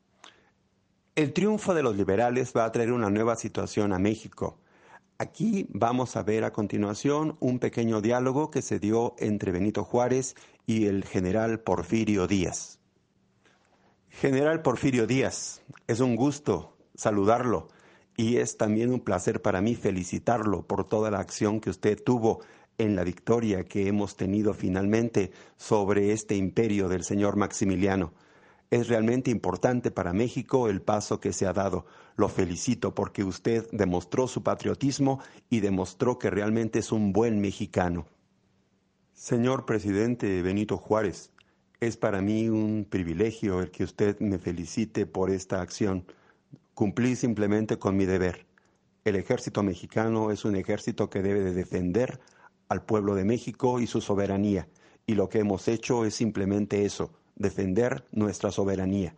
El triunfo de los liberales va a traer una nueva situación a México. Aquí vamos a ver a continuación un pequeño diálogo que se dio entre Benito Juárez y el general Porfirio Díaz. General Porfirio Díaz, es un gusto saludarlo y es también un placer para mí felicitarlo por toda la acción que usted tuvo en la victoria que hemos tenido finalmente sobre este imperio del señor Maximiliano. Es realmente importante para México el paso que se ha dado. Lo felicito porque usted demostró su patriotismo y demostró que realmente es un buen mexicano. Señor presidente Benito Juárez, es para mí un privilegio el que usted me felicite por esta acción. Cumplí simplemente con mi deber. El ejército mexicano es un ejército que debe de defender al pueblo de México y su soberanía, y lo que hemos hecho es simplemente eso, defender nuestra soberanía.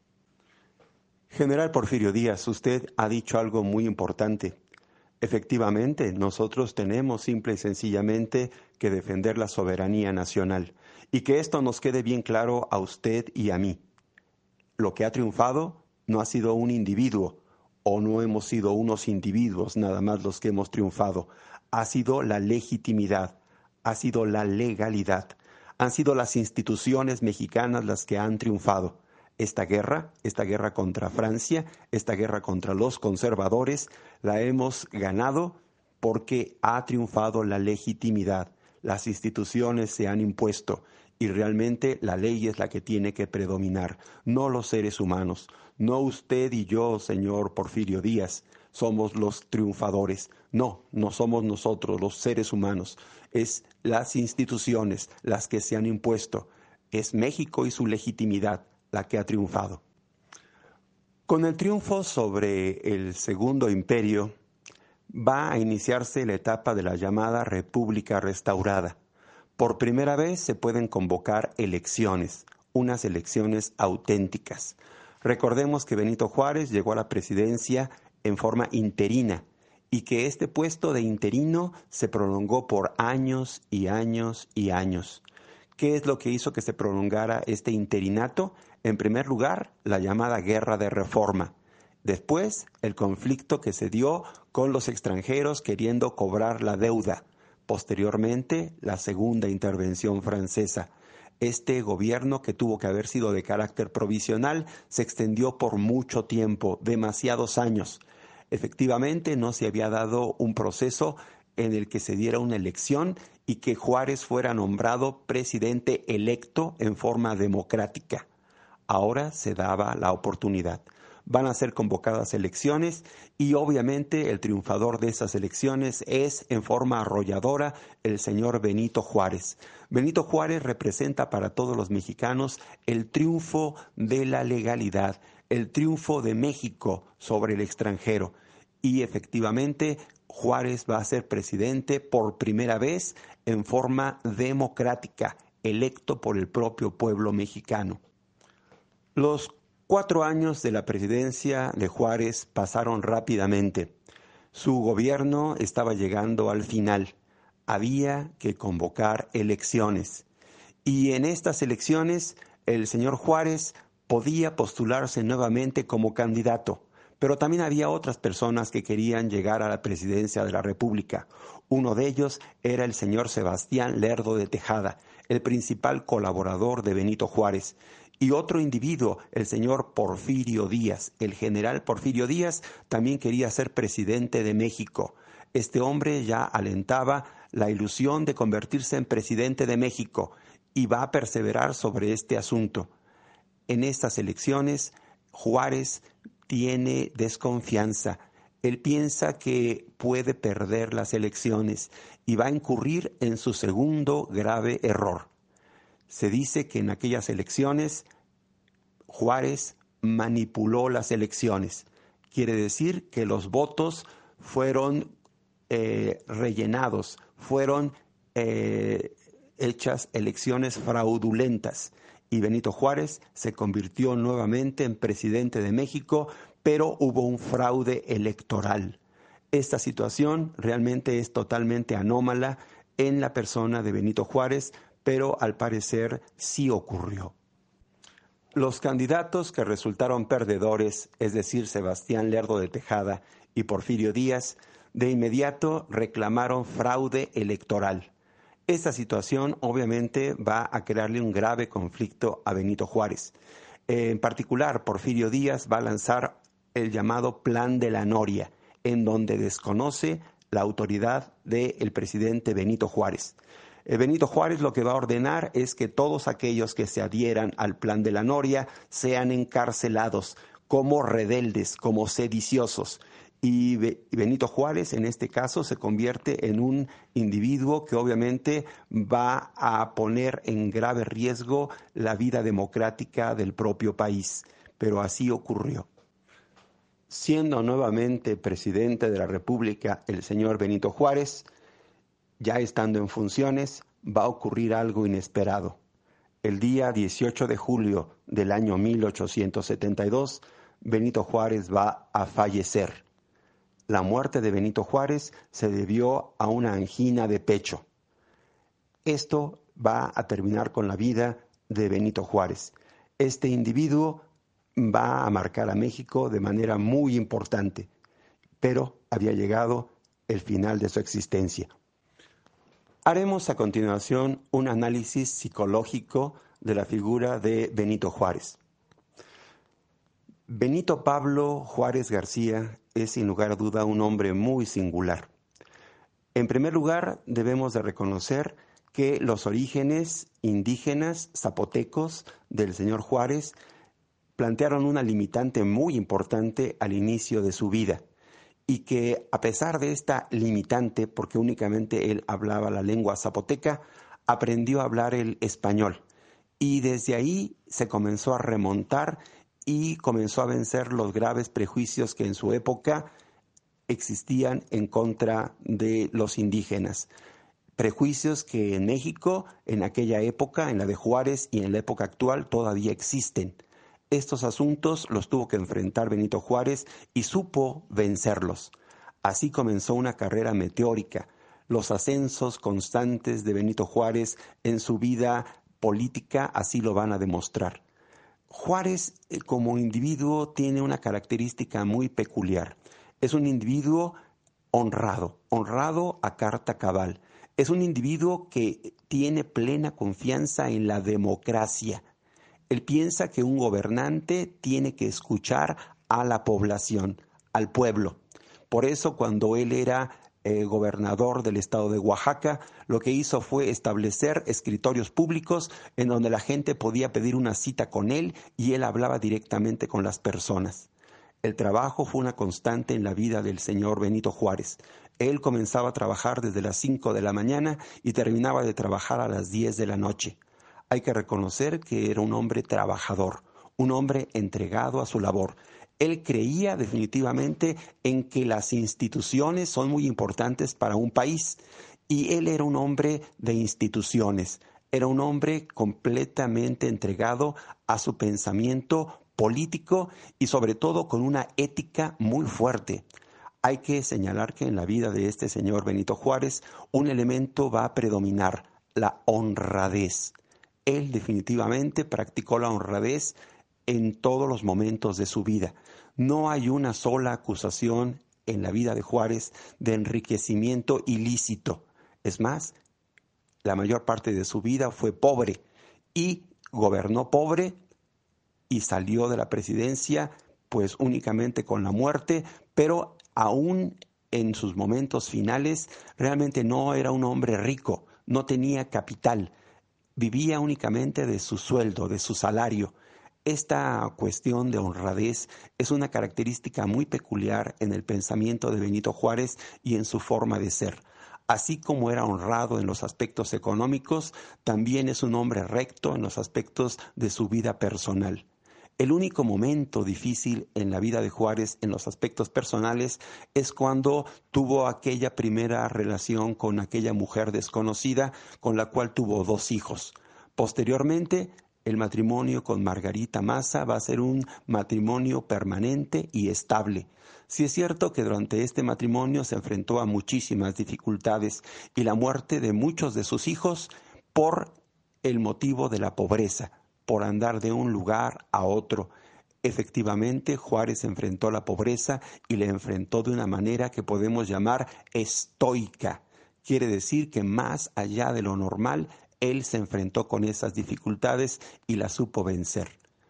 General Porfirio Díaz, usted ha dicho algo muy importante. Efectivamente, nosotros tenemos simple y sencillamente que defender la soberanía nacional, y que esto nos quede bien claro a usted y a mí. Lo que ha triunfado no ha sido un individuo, o no hemos sido unos individuos nada más los que hemos triunfado. Ha sido la legitimidad, ha sido la legalidad, han sido las instituciones mexicanas las que han triunfado. Esta guerra, esta guerra contra Francia, esta guerra contra los conservadores, la hemos ganado porque ha triunfado la legitimidad. Las instituciones se han impuesto y realmente la ley es la que tiene que predominar, no los seres humanos. No usted y yo, señor Porfirio Díaz, somos los triunfadores. No, no somos nosotros, los seres humanos. Es las instituciones las que se han impuesto. Es México y su legitimidad la que ha triunfado. Con el triunfo sobre el Segundo Imperio, va a iniciarse la etapa de la llamada República Restaurada. Por primera vez se pueden convocar elecciones, unas elecciones auténticas. Recordemos que Benito Juárez llegó a la presidencia en forma interina y que este puesto de interino se prolongó por años y años y años. ¿Qué es lo que hizo que se prolongara este interinato? En primer lugar, la llamada Guerra de Reforma. Después, el conflicto que se dio con los extranjeros queriendo cobrar la deuda. Posteriormente, la segunda intervención francesa. Este gobierno, que tuvo que haber sido de carácter provisional, se extendió por mucho tiempo, demasiados años. Efectivamente, no se había dado un proceso en el que se diera una elección y que Juárez fuera nombrado presidente electo en forma democrática. Ahora se daba la oportunidad. Van a ser convocadas elecciones y obviamente el triunfador de esas elecciones es en forma arrolladora el señor Benito Juárez. Benito Juárez representa para todos los mexicanos el triunfo de la legalidad, el triunfo de México sobre el extranjero. Y efectivamente Juárez va a ser presidente por primera vez en forma democrática, electo por el propio pueblo mexicano. Los Cuatro años de la presidencia de Juárez pasaron rápidamente. Su gobierno estaba llegando al final. Había que convocar elecciones. Y en estas elecciones el señor Juárez podía postularse nuevamente como candidato. Pero también había otras personas que querían llegar a la presidencia de la República. Uno de ellos era el señor Sebastián Lerdo de Tejada, el principal colaborador de Benito Juárez. Y otro individuo, el señor Porfirio Díaz. El general Porfirio Díaz también quería ser presidente de México. Este hombre ya alentaba la ilusión de convertirse en presidente de México y va a perseverar sobre este asunto. En estas elecciones, Juárez tiene desconfianza. Él piensa que puede perder las elecciones y va a incurrir en su segundo grave error. Se dice que en aquellas elecciones Juárez manipuló las elecciones. Quiere decir que los votos fueron eh, rellenados, fueron eh, hechas elecciones fraudulentas. Y Benito Juárez se convirtió nuevamente en presidente de México, pero hubo un fraude electoral. Esta situación realmente es totalmente anómala en la persona de Benito Juárez, pero al parecer sí ocurrió. Los candidatos que resultaron perdedores, es decir, Sebastián Lerdo de Tejada y Porfirio Díaz, de inmediato reclamaron fraude electoral. Esta situación obviamente va a crearle un grave conflicto a Benito Juárez. En particular, Porfirio Díaz va a lanzar el llamado Plan de la Noria, en donde desconoce la autoridad del presidente Benito Juárez. Benito Juárez lo que va a ordenar es que todos aquellos que se adhieran al Plan de la Noria sean encarcelados como rebeldes, como sediciosos. Y Benito Juárez, en este caso, se convierte en un individuo que obviamente va a poner en grave riesgo la vida democrática del propio país. Pero así ocurrió. Siendo nuevamente presidente de la República el señor Benito Juárez, ya estando en funciones, va a ocurrir algo inesperado. El día dieciocho de julio del año mil ochocientos setenta y dos, Benito Juárez va a fallecer. La muerte de Benito Juárez se debió a una angina de pecho. Esto va a terminar con la vida de Benito Juárez. Este individuo va a marcar a México de manera muy importante, pero había llegado el final de su existencia. Haremos a continuación un análisis psicológico de la figura de Benito Juárez. Benito Pablo Juárez García es sin lugar a duda un hombre muy singular. En primer lugar, debemos de reconocer que los orígenes indígenas zapotecos del señor Juárez plantearon una limitante muy importante al inicio de su vida y que a pesar de esta limitante, porque únicamente él hablaba la lengua zapoteca, aprendió a hablar el español y desde ahí se comenzó a remontar y comenzó a vencer los graves prejuicios que en su época existían en contra de los indígenas. Prejuicios que en México, en aquella época, en la de Juárez y en la época actual, todavía existen. Estos asuntos los tuvo que enfrentar Benito Juárez y supo vencerlos. Así comenzó una carrera meteórica. Los ascensos constantes de Benito Juárez en su vida política así lo van a demostrar. Juárez, como individuo, tiene una característica muy peculiar. Es un individuo honrado, honrado a carta cabal. Es un individuo que tiene plena confianza en la democracia. Él piensa que un gobernante tiene que escuchar a la población, al pueblo. Por eso, cuando él era eh, gobernador del estado de Oaxaca, lo que hizo fue establecer escritorios públicos en donde la gente podía pedir una cita con él y él hablaba directamente con las personas. El trabajo fue una constante en la vida del señor Benito Juárez. Él comenzaba a trabajar desde las cinco de la mañana y terminaba de trabajar a las diez de la noche. Hay que reconocer que era un hombre trabajador, un hombre entregado a su labor. Él creía definitivamente en que las instituciones son muy importantes para un país y él era un hombre de instituciones, era un hombre completamente entregado a su pensamiento político y sobre todo con una ética muy fuerte. Hay que señalar que en la vida de este señor Benito Juárez un elemento va a predominar, la honradez. Él definitivamente practicó la honradez en todos los momentos de su vida. No hay una sola acusación en la vida de Juárez de enriquecimiento ilícito. Es más, la mayor parte de su vida fue pobre y gobernó pobre y salió de la presidencia pues únicamente con la muerte, pero aún en sus momentos finales realmente no era un hombre rico, no tenía capital, vivía únicamente de su sueldo, de su salario. Esta cuestión de honradez es una característica muy peculiar en el pensamiento de Benito Juárez y en su forma de ser. Así como era honrado en los aspectos económicos, también es un hombre recto en los aspectos de su vida personal. El único momento difícil en la vida de Juárez en los aspectos personales es cuando tuvo aquella primera relación con aquella mujer desconocida con la cual tuvo dos hijos. Posteriormente, el matrimonio con Margarita Maza va a ser un matrimonio permanente y estable. Sí es cierto que durante este matrimonio se enfrentó a muchísimas dificultades y la muerte de muchos de sus hijos por el motivo de la pobreza, por andar de un lugar a otro. Efectivamente, Juárez enfrentó la pobreza y la enfrentó de una manera que podemos llamar estoica. Quiere decir que más allá de lo normal, él se enfrentó con esas dificultades y las supo vencer.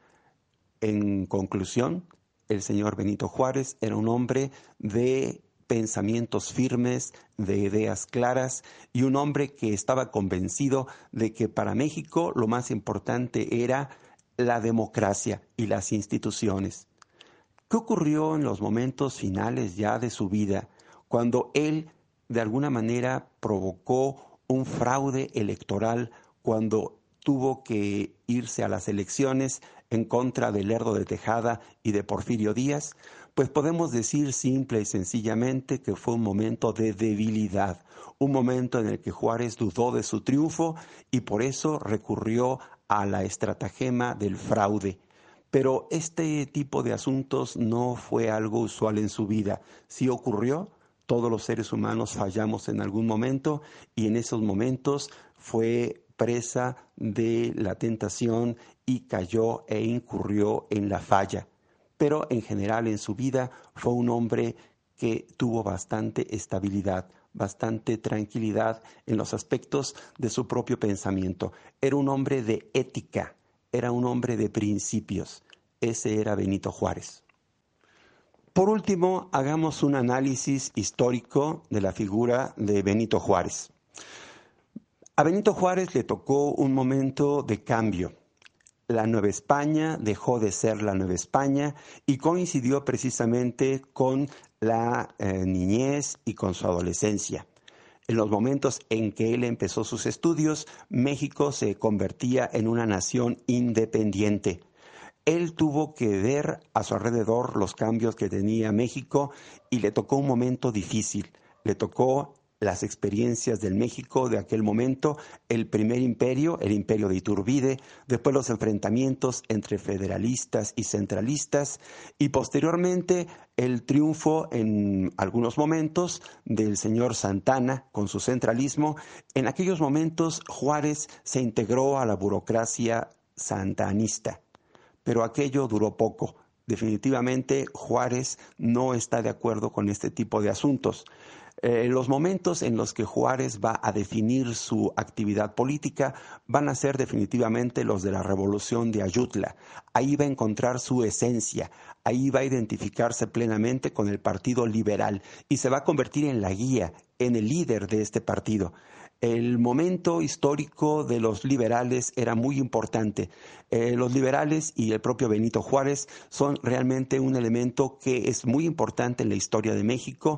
En conclusión, el señor Benito Juárez era un hombre de pensamientos firmes, de ideas claras y un hombre que estaba convencido de que para México lo más importante era la democracia y las instituciones. ¿Qué ocurrió en los momentos finales ya de su vida, cuando él de alguna manera provocó un fraude electoral, cuando tuvo que irse a las elecciones en contra de Lerdo de Tejada y de Porfirio Díaz? Pues podemos decir simple y sencillamente que fue un momento de debilidad, un momento en el que Juárez dudó de su triunfo y por eso recurrió a la estratagema del fraude. Pero este tipo de asuntos no fue algo usual en su vida. Sí ocurrió, todos los seres humanos fallamos en algún momento y en esos momentos fue presa de la tentación y cayó e incurrió en la falla. Pero en general en su vida fue un hombre que tuvo bastante estabilidad, bastante tranquilidad en los aspectos de su propio pensamiento. Era un hombre de ética, era un hombre de principios. Ese era Benito Juárez. Por último, hagamos un análisis histórico de la figura de Benito Juárez. A Benito Juárez le tocó un momento de cambio. La Nueva España dejó de ser la Nueva España y coincidió precisamente con la eh, niñez y con su adolescencia. En los momentos en que él empezó sus estudios, México se convertía en una nación independiente. Él tuvo que ver a su alrededor los cambios que tenía México y le tocó un momento difícil. Le tocó las experiencias del México de aquel momento, el primer imperio, el imperio de Iturbide, después los enfrentamientos entre federalistas y centralistas y posteriormente el triunfo en algunos momentos del señor Santana con su centralismo. En aquellos momentos Juárez se integró a la burocracia santanista, pero aquello duró poco. Definitivamente Juárez no está de acuerdo con este tipo de asuntos. Eh, los momentos en los que Juárez va a definir su actividad política van a ser definitivamente los de la Revolución de Ayutla. Ahí va a encontrar su esencia, ahí va a identificarse plenamente con el Partido Liberal y se va a convertir en la guía, en el líder de este partido. El momento histórico de los liberales era muy importante. Eh, los liberales y el propio Benito Juárez son realmente un elemento que es muy importante en la historia de México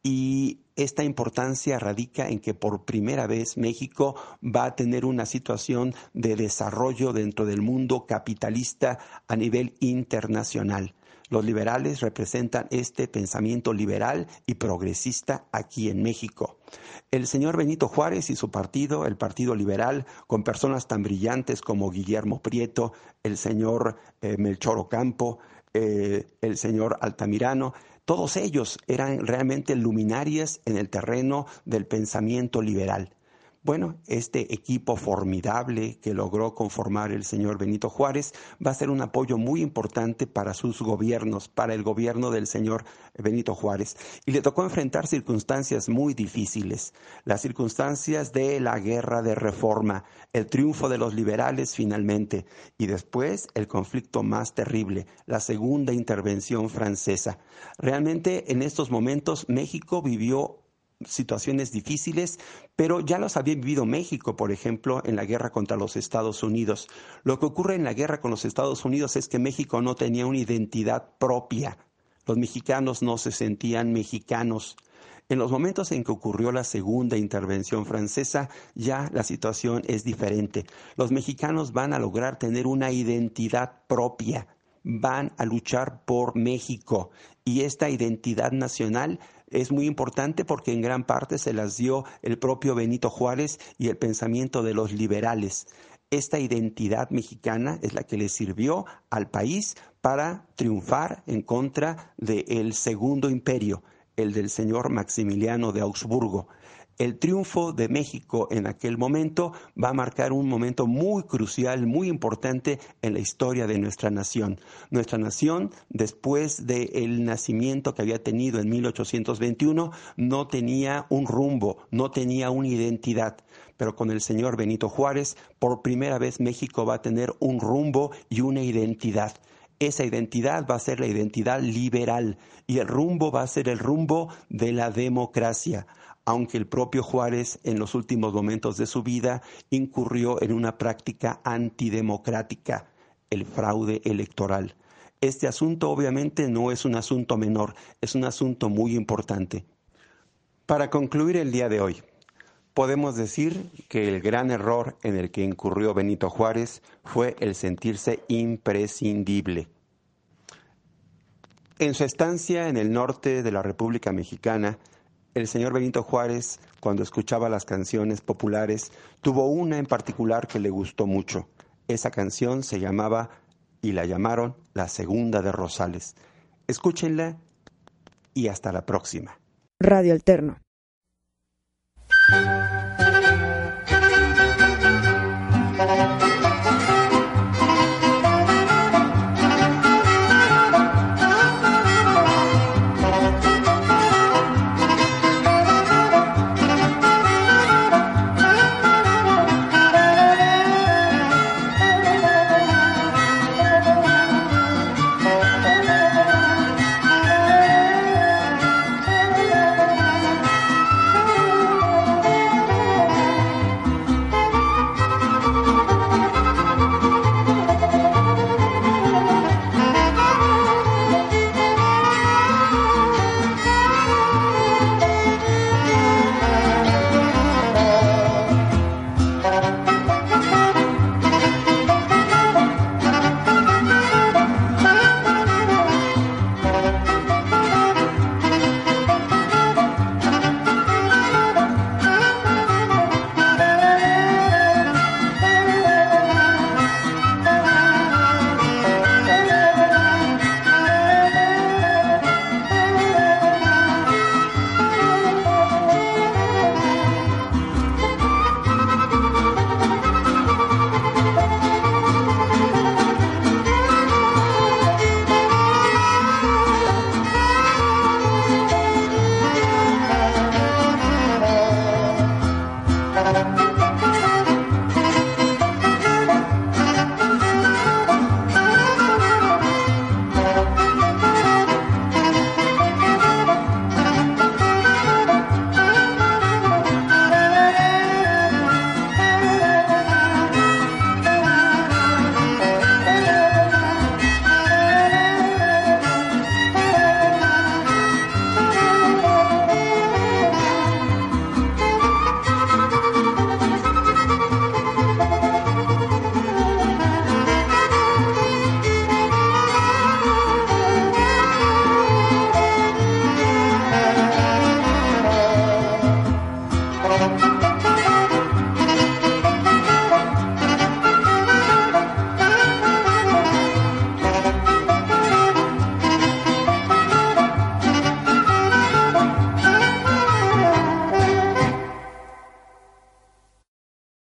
y esta importancia radica en que por primera vez México va a tener una situación de desarrollo dentro del mundo capitalista a nivel internacional. Los liberales representan este pensamiento liberal y progresista aquí en México. El señor Benito Juárez y su partido, el Partido Liberal, con personas tan brillantes como Guillermo Prieto, el señor eh, Melchor Ocampo, eh, el señor Altamirano, todos ellos eran realmente luminarias en el terreno del pensamiento liberal. Bueno, este equipo formidable que logró conformar el señor Benito Juárez va a ser un apoyo muy importante para sus gobiernos, para el gobierno del señor Benito Juárez. Y le tocó enfrentar circunstancias muy difíciles, las circunstancias de la guerra de reforma, el triunfo de los liberales finalmente, y después el conflicto más terrible, la segunda intervención francesa. Realmente en estos momentos México vivió situaciones difíciles, pero ya los había vivido México, por ejemplo, en la guerra contra los Estados Unidos. Lo que ocurre en la guerra con los Estados Unidos es que México no tenía una identidad propia. Los mexicanos no se sentían mexicanos. En los momentos en que ocurrió la segunda intervención francesa, ya la situación es diferente. Los mexicanos van a lograr tener una identidad propia, van a luchar por México y esta identidad nacional es muy importante porque en gran parte se las dio el propio Benito Juárez y el pensamiento de los liberales. Esta identidad mexicana es la que le sirvió al país para triunfar en contra del segundo imperio, el del señor Maximiliano de Augsburgo. El triunfo de México en aquel momento va a marcar un momento muy crucial, muy importante en la historia de nuestra nación. Nuestra nación, después del nacimiento que había tenido en mil ochocientos veintiuno, no tenía un rumbo, no tenía una identidad. Pero con el señor Benito Juárez, por primera vez México va a tener un rumbo y una identidad. Esa identidad va a ser la identidad liberal y el rumbo va a ser el rumbo de la democracia. Aunque el propio Juárez en los últimos momentos de su vida incurrió en una práctica antidemocrática, el fraude electoral. Este asunto obviamente no es un asunto menor, es un asunto muy importante. Para concluir el día de hoy, podemos decir que el gran error en el que incurrió Benito Juárez fue el sentirse imprescindible. En su estancia en el norte de la República Mexicana, el señor Benito Juárez, cuando escuchaba las canciones populares, tuvo una en particular que le gustó mucho. Esa canción se llamaba, y la llamaron, La Segunda de Rosales. Escúchenla y hasta la próxima. Radio Alterno.